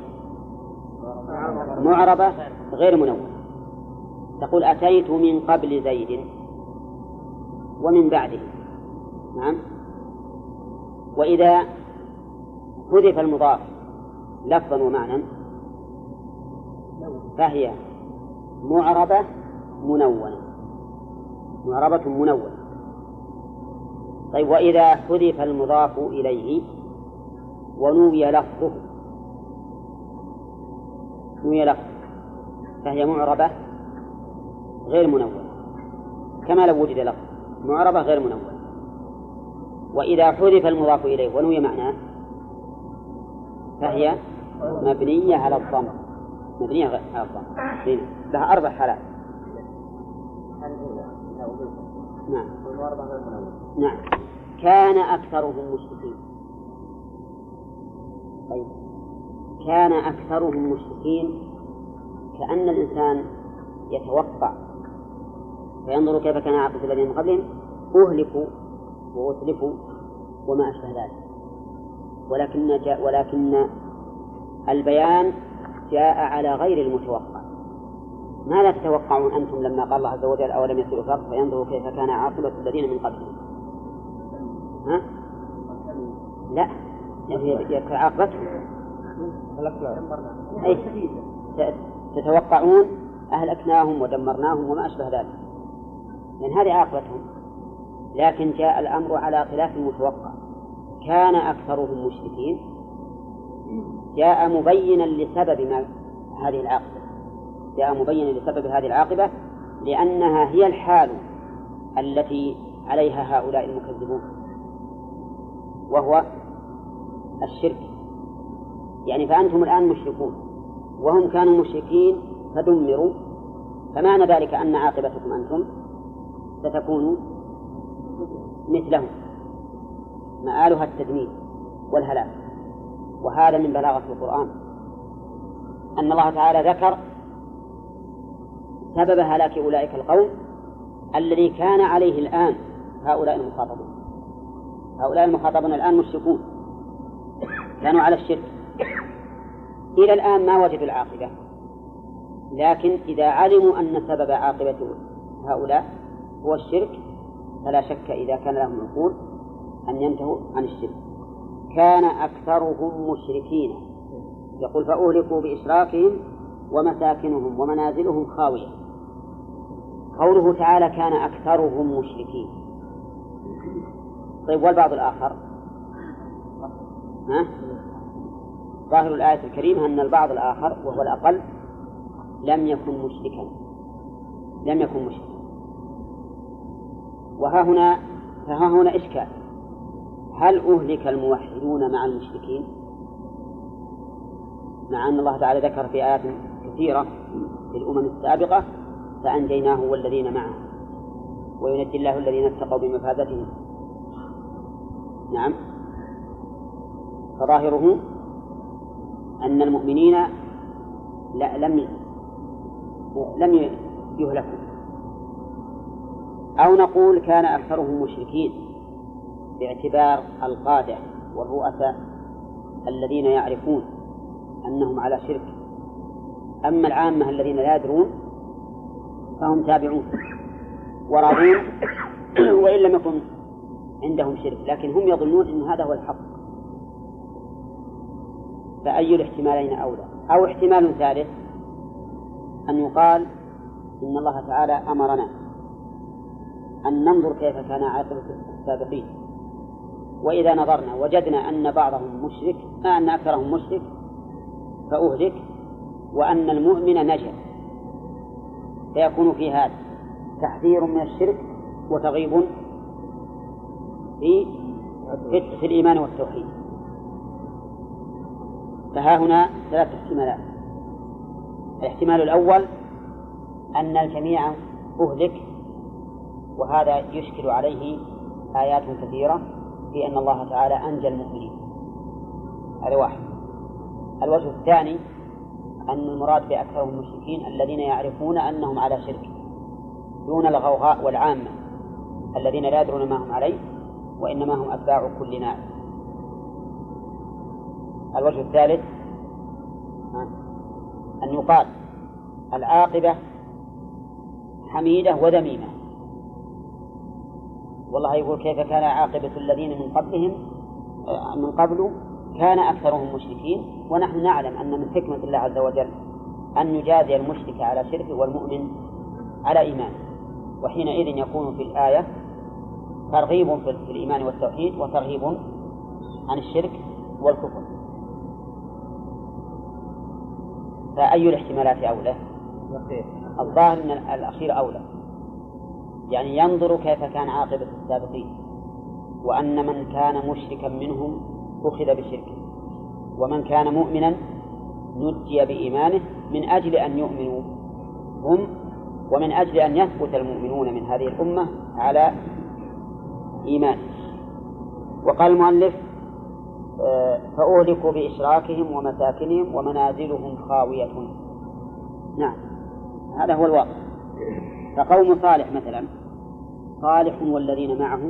معربة غير منونة. تقول أتيت من قبل زيد ومن بعده. نعم. وإذا حذف المضاف لفظا ومعنى فهي معربة منونة. طيب وإذا حذف المضاف إليه ونوي لفظه فهي معربة غير منونة، كما لو وجد لفظ معربة غير منونة. وإذا حذف المضاف إليه ونوي معناه فهي مبنية على الضم. لها 4 حالات. نعم كان أكثرهم مشركين. طيب كان أكثرهم مشركين كأن الإنسان يتوقع فينظر كيف كان عاقبة الذين من قبلهم أهلكوا وأتلفوا وما أشبه ذلك. ولكن البيان جاء على غير المتوقع. ماذا تتوقعون أنتم لما قال الله عز وجل أولم يسيروا في الأرض فينظروا كيف كان عاقبة الذين من قبلهم؟ لا عاقبتهم تتوقعون أهلكناهم ودمرناهم وما أشبه ذلك، لأن هذه عاقبتهم. لكن جاء الأمر على خلاف المتوقع. كان أكثرهم مشركين جاء مبينا لسبب هذه العاقبة، لأنها هي الحال التي عليها هؤلاء المكذبون، وهو الشرك. يعني فأنتم الآن مشركون وهم كانوا مشركين فدمروا، فمعنى ذلك أن عاقبتكم أنتم ستكون مثلهم، مآلها التدمير والهلاك. وهذا من بلاغة القرآن أن الله تعالى ذكر سبب هلاك أولئك القوم الذي كان عليه الآن هؤلاء المخاطبون الآن مشركون، كانوا على الشرك إلى الآن ما وجدوا العاقبة. لكن إذا علموا أن سبب عاقبة هؤلاء هو الشرك فلا شك إذا كان لهم عقول أن ينتهوا عن الشرك. كان أكثرهم مشركين. يقول فأهلكوا بإشراكهم ومساكنهم ومنازلهم خاوية. قوله تعالى كان أكثرهم مشركين. طيب والبعض الآخر؟ ظاهر الآية الكريمة أن البعض الآخر وهو الأقل لم يكن مشركا. فها هنا إشكال: هل أهلك الموحدون مع المشركين؟ مع أن الله تعالى ذكر في آيات كثيرة في الأمم السابقة فأنجيناه والذين معه وينجي الله الذين اتقوا بمفازتهم. نعم، فظاهره أن المؤمنين لم يهلكوا. أو نقول كان أكثرهم مشركين باعتبار القادة والرؤساء الذين يعرفون أنهم على شرك. أما العامة الذين لا يدرون فهم تابعون وراضون وإن لم يكن عندهم شرك، لكن هم يظنون أن هذا هو الحق. فأي الاحتمالين أولى؟ أو احتمال ثالث أن يقال إن الله تعالى أمرنا أن ننظر كيف كان عاقبة السابقين، وإذا نظرنا وجدنا أن بعضهم مشرك أن أكثرهم مشرك فأهلك، وأن المؤمن نجا، فيكون في هذا تحذير من الشرك وترغيب في الإيمان والتوحيد. فها هنا ثلاث احتمالات: الاحتمال الأول أن الجميع أهلك، وهذا يشكل عليه آيات كثيرة في أن الله تعالى أنجى المؤمنين. هذا واحد. الوجه الثاني أن المراد بأكثرهم المشركين الذين يعرفون أنهم على شرك دون الغوغاء والعامة الذين لا يدرون ما هم عليه وإنما هم أتباع كل ناس. الوجه الثالث أن يقال العاقبة حميدة وذميمة. والله يقول كيف كان عاقبة الذين من قبل كان أكثرهم مشركين، ونحن نعلم أن من حكمة الله عز وجل أن يجازي المشرك على شركه والمؤمن على إيمانه، وحينئذ يكون في الآية ترغيب في الإيمان والتوحيد وترغيب عن الشرك والكفر. فأي الاحتمالات أولى؟ الظاهر أن الأخير أولى، يعني ينظر كيف كان عاقبة السابقين، وأن من كان مشركا منهم أخذ بشركه، ومن كان مؤمنا نجي بإيمانه من أجل أن يؤمنوا هم، ومن أجل أن يثبت المؤمنون من هذه الأمة على إيمانه. وقال المؤلف فأهلكوا بإشراكهم ومساكنهم ومنازلهم خاوية. نعم، هذا هو الواقع. فقوم صالح مثلا، صالح والذين معه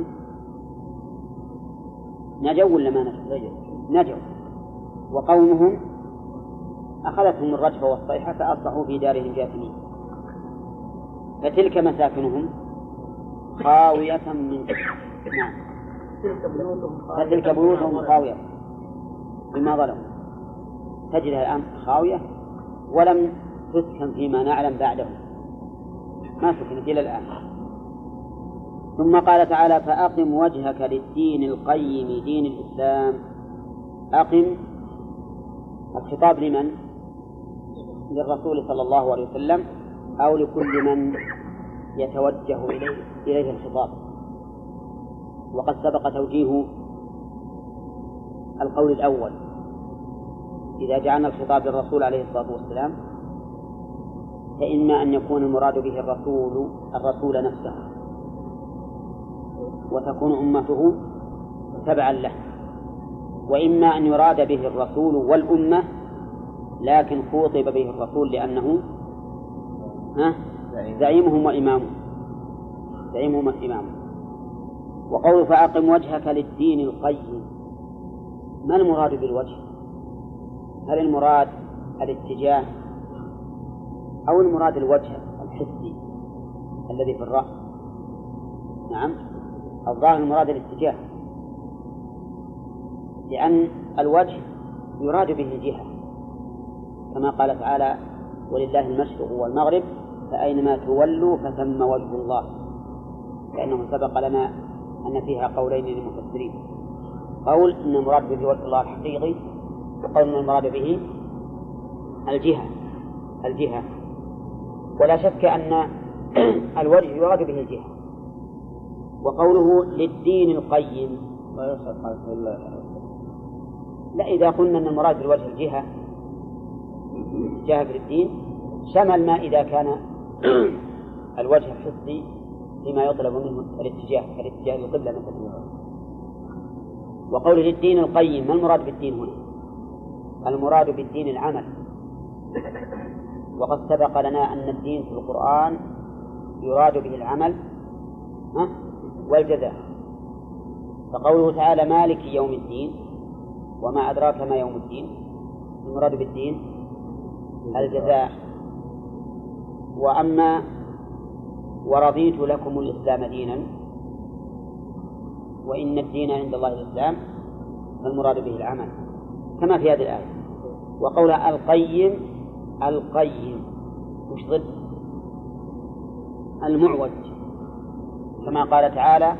نجوا ولا ما نجوا؟ نجوا. وقومهم أخذتهم الرجفة والصيحة فأصبحوا في دارهم جاثمين. فتلك مساكنهم خاوية من نعم، فتلك بيوتهم خاوية بما ظلموا. تجدها الآن خاوية ولم تسكن فيما نعلم بعده، ما سكنت إلى الآن. ثم قال تعالى فأقم وجهك للدين القيم دين الإسلام. أقم، الخطاب لمن؟ للرسول صلى الله عليه وسلم أو لكل من يتوجه إليه الخطاب. وقد سبق توجيه القول الأول إذا جعلنا الخطاب للرسول عليه الصلاة والسلام فإما أن يكون المراد به الرسول نفسه وتكون أمته تبعا له، وإما أن يراد به الرسول والأمة لكن خوطب به الرسول لأنه زعيمهم وإمامهم. وقول فأقم وجهك للدين القيم، ما المراد بالوجه؟ هل المراد الاتجاه أو المراد الوجه الحسي الذي في الرأس؟ نعم، الظاهر المراد الاتجاه لأن الوجه يراد به الجهة، كما قال تعالى: ولله المشرق والمغرب فأينما تولوا فثم وجه الله، لأنه سبق لنا أن فيها قولين للمفسرين: قول إن المراد به وجه الله الحقيقي، وقول إن المراد به الجهة. ولا شك أن الوجه يراد به الجهة. وقوله للدين القيم، لا، إذا قلنا أن المراد بالوجه الجهة في الدين شمل ما إذا كان الوجه الحسي فيما يطلب منه الاتجاه للقبلة مثلا. وقول للدين القيم، ما المراد بالدين هنا؟ المراد بالدين العمل، وقد سبق لنا أن الدين في القرآن يراد به العمل والجزاء. فقوله تعالى: مالك يوم الدين، وما أدراك ما يوم الدين، المراد بالدين الجزاء. وأما ورضيت لكم الإسلام دينا، وإن الدين عند الله الإسلام، فالمراد به العمل كما في هذه الآية. وقول القيم مش ضد المعوج، كما قال تعالى: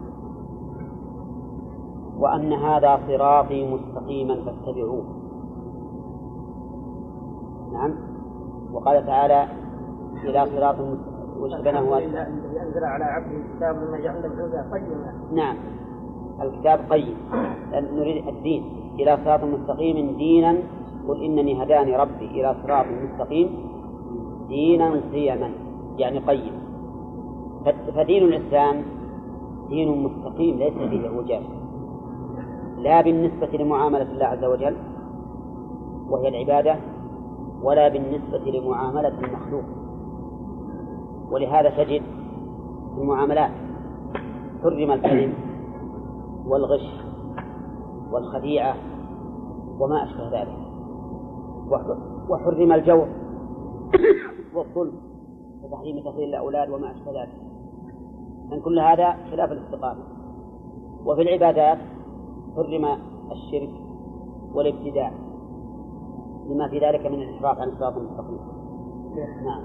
وأن هذا صراطي مستقيما فاتبعوه. نعم. وقال تعالى: إلى صراط واشتبنه ينزل على عبده الكتاب مما جعل الهدى قيما. نعم، الكتاب قيم، نريد الدين إلى صراط مستقيم دينا، قل إنني هداني ربي إلى صراط مستقيم دينا قيما، يعني قيم. فدين الإسلام دين مستقيم ليس فيه اعوجاج، لا بالنسبة لمعاملة الله عز وجل وهي العبادة، ولا بالنسبة لمعاملة المخلوق. ولهذا تجد في المعاملات حرم الكذب والغش والخديعة وما أشبه ذلك، وحرم الجور والظلم وتحريم تفضيل الأولاد وما أشبه ذلك، من كل هذا خلاف الاستقامة. وفي العبادات حرم الشرك والابتداع لما في ذلك من الإحراف عن الصراط المستقيم. نعم.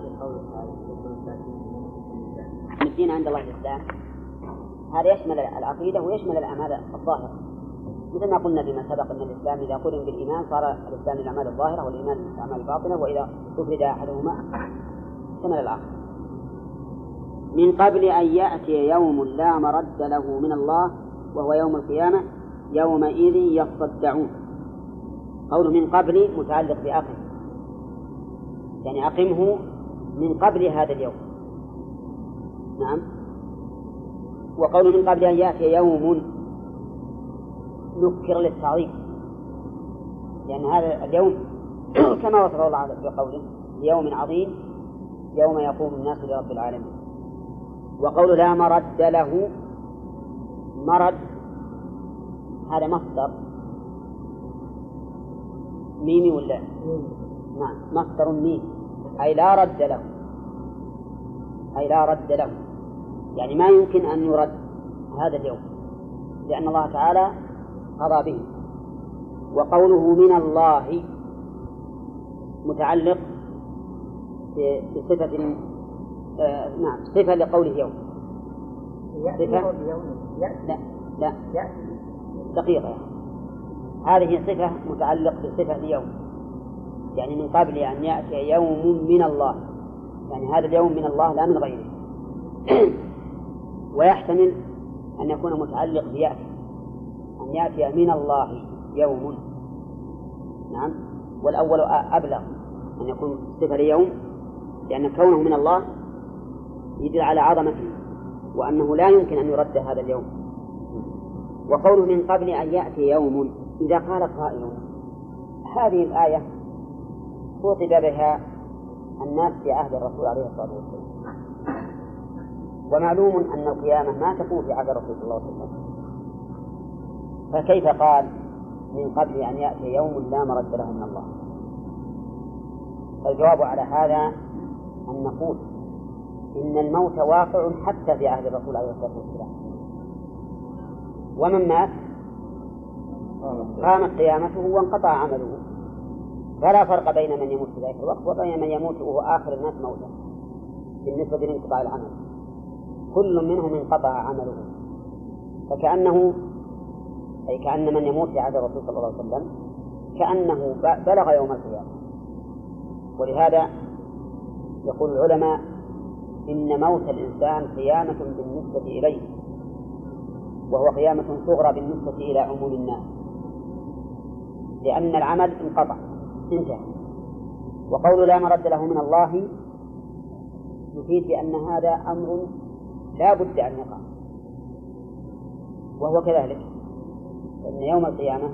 الدين عند الله الإسلام، هذا يشمل العقيدة ويشمل الأعمال الظاهرة، مثل ما قلنا فيما سبق أن الإسلام إذا قرن بالإيمان صار الإسلام الأعمال الظاهرة والإيمان الأعمال الباطنة، وإذا أفرد أحدهما شمل الآخر. من قبل أن يأتي يوم لا مرد له من الله وهو يوم القيامة يومئذ يصدعون. قوله من قبل متعلق بأقم، يعني أقمه من قبل هذا اليوم. نعم. وقوله من قبل أن يأتي يوم نكر للتعظيم، لأن هذا اليوم كما وصفه الله في قوله يوم عظيم يوم يقوم الناس لرب العالمين. وقوله لا مرد له، مرد هذا مصدر ميمي ولا؟ نعم، مصدر ميم، أي لا رد له، أي لا رد له، يعني ما يمكن أن يرد هذا اليوم لأن الله تعالى قضى به. وقوله من الله متعلق بصفة نعم، صفة لقوله يوم. صفة لا دقيقة، هذه صفة متعلق بصفة اليوم، يعني من قبل أن يأتي يوم من الله، يعني هذا اليوم من الله لا من غيره. ويحتمل أن يكون متعلق بيأتي، أن يأتي من الله يوم. نعم. والأول أبلغ، أن يكون صفة ليوم، لأن كونه من الله يدل على عظمته وأنه لا يمكن أن يرد هذا اليوم. وقوله من قبل أن يأتي يوم، إذا قال قائل هذه الآية خطب بها الناس في عهد الرسول عليه الصلاة والسلام، ومعلوم أن القيامة ما تكون في عهد الرسول صلى الله عليه وسلم، فكيف قال من قبل أن يأتي يوم لا مرد له من الله؟ فالجواب على هذا أن نقول إن الموت واقع حتى في عهد الرسول عليه الصلاة والسلام، ومن مات قامت قيامته وانقطع عمله، فلا فرق بين من يموت في ذلك الوقت وبين من يموت وهو آخر الناس موتا بالنسبة لانقطاع العمل، كل منهم انقطع عمله. فكأنه أي كأن من يموت في عهد الرسول صلى الله عليه وسلم كأنه بلغ يوم القيامة. ولهذا يقول العلماء إن موت الإنسان قيامة بالنسبة إليه، وهو قيامة صغرى بالنسبة إلى عموم الناس، لأن العمل انقطع انتهى. وقول لا مرد له من الله يفيد بأن هذا أمر لا بد أن يقع، وهو كذلك، فإن يوم القيامة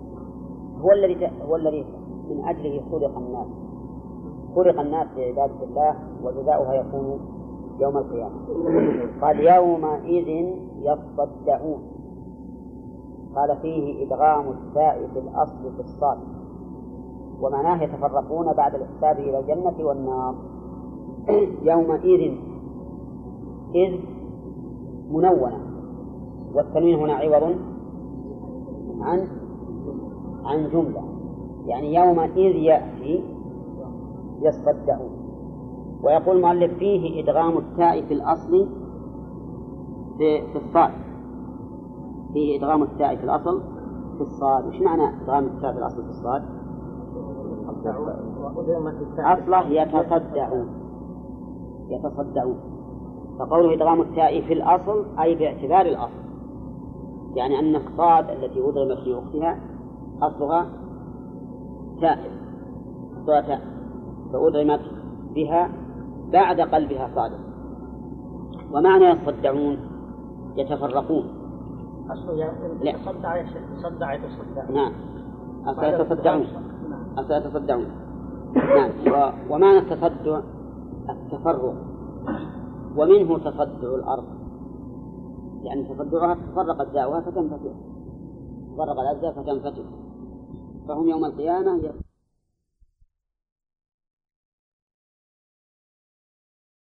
هو الذي من أجله خلق الناس لعبادة الله، وجزاؤها يكون يوم القيامة. قال يومئذ يصدعون، قال فيه إدغام التاء في الأصل في الصاد، ومعناه يتفرقون بعد الحساب إلى الجنة والنار. يومئذ إذ منونة، والتنوين هنا عوض عن جملة، يعني يومئذ يأتي يصدعون. ويقول المؤلف فيه إدغام التاء في الأصل في الصاد، فيه إدغام التاء في الأصل في الصاد. وش معنى إدغام التاء في الأصل في الصاد؟ أصله يتصدعون، فقوله إدغام التاء في الأصل أي باعتبار الأصل، يعني أن الصاد التي أدغمت في أختها أصلها تاء فأدغمت بها بعد قلبها صادق. ومعنى يصدعون يتفرقون، نعم أسيتصدعون. نعم. ومعنى التصدع التفرق، ومنه تصدع الأرض، يعني تصدعها تفرق أجزاؤها فتنفتح، تفرق الأجزاء فتنفتح، فهم يوم القيامة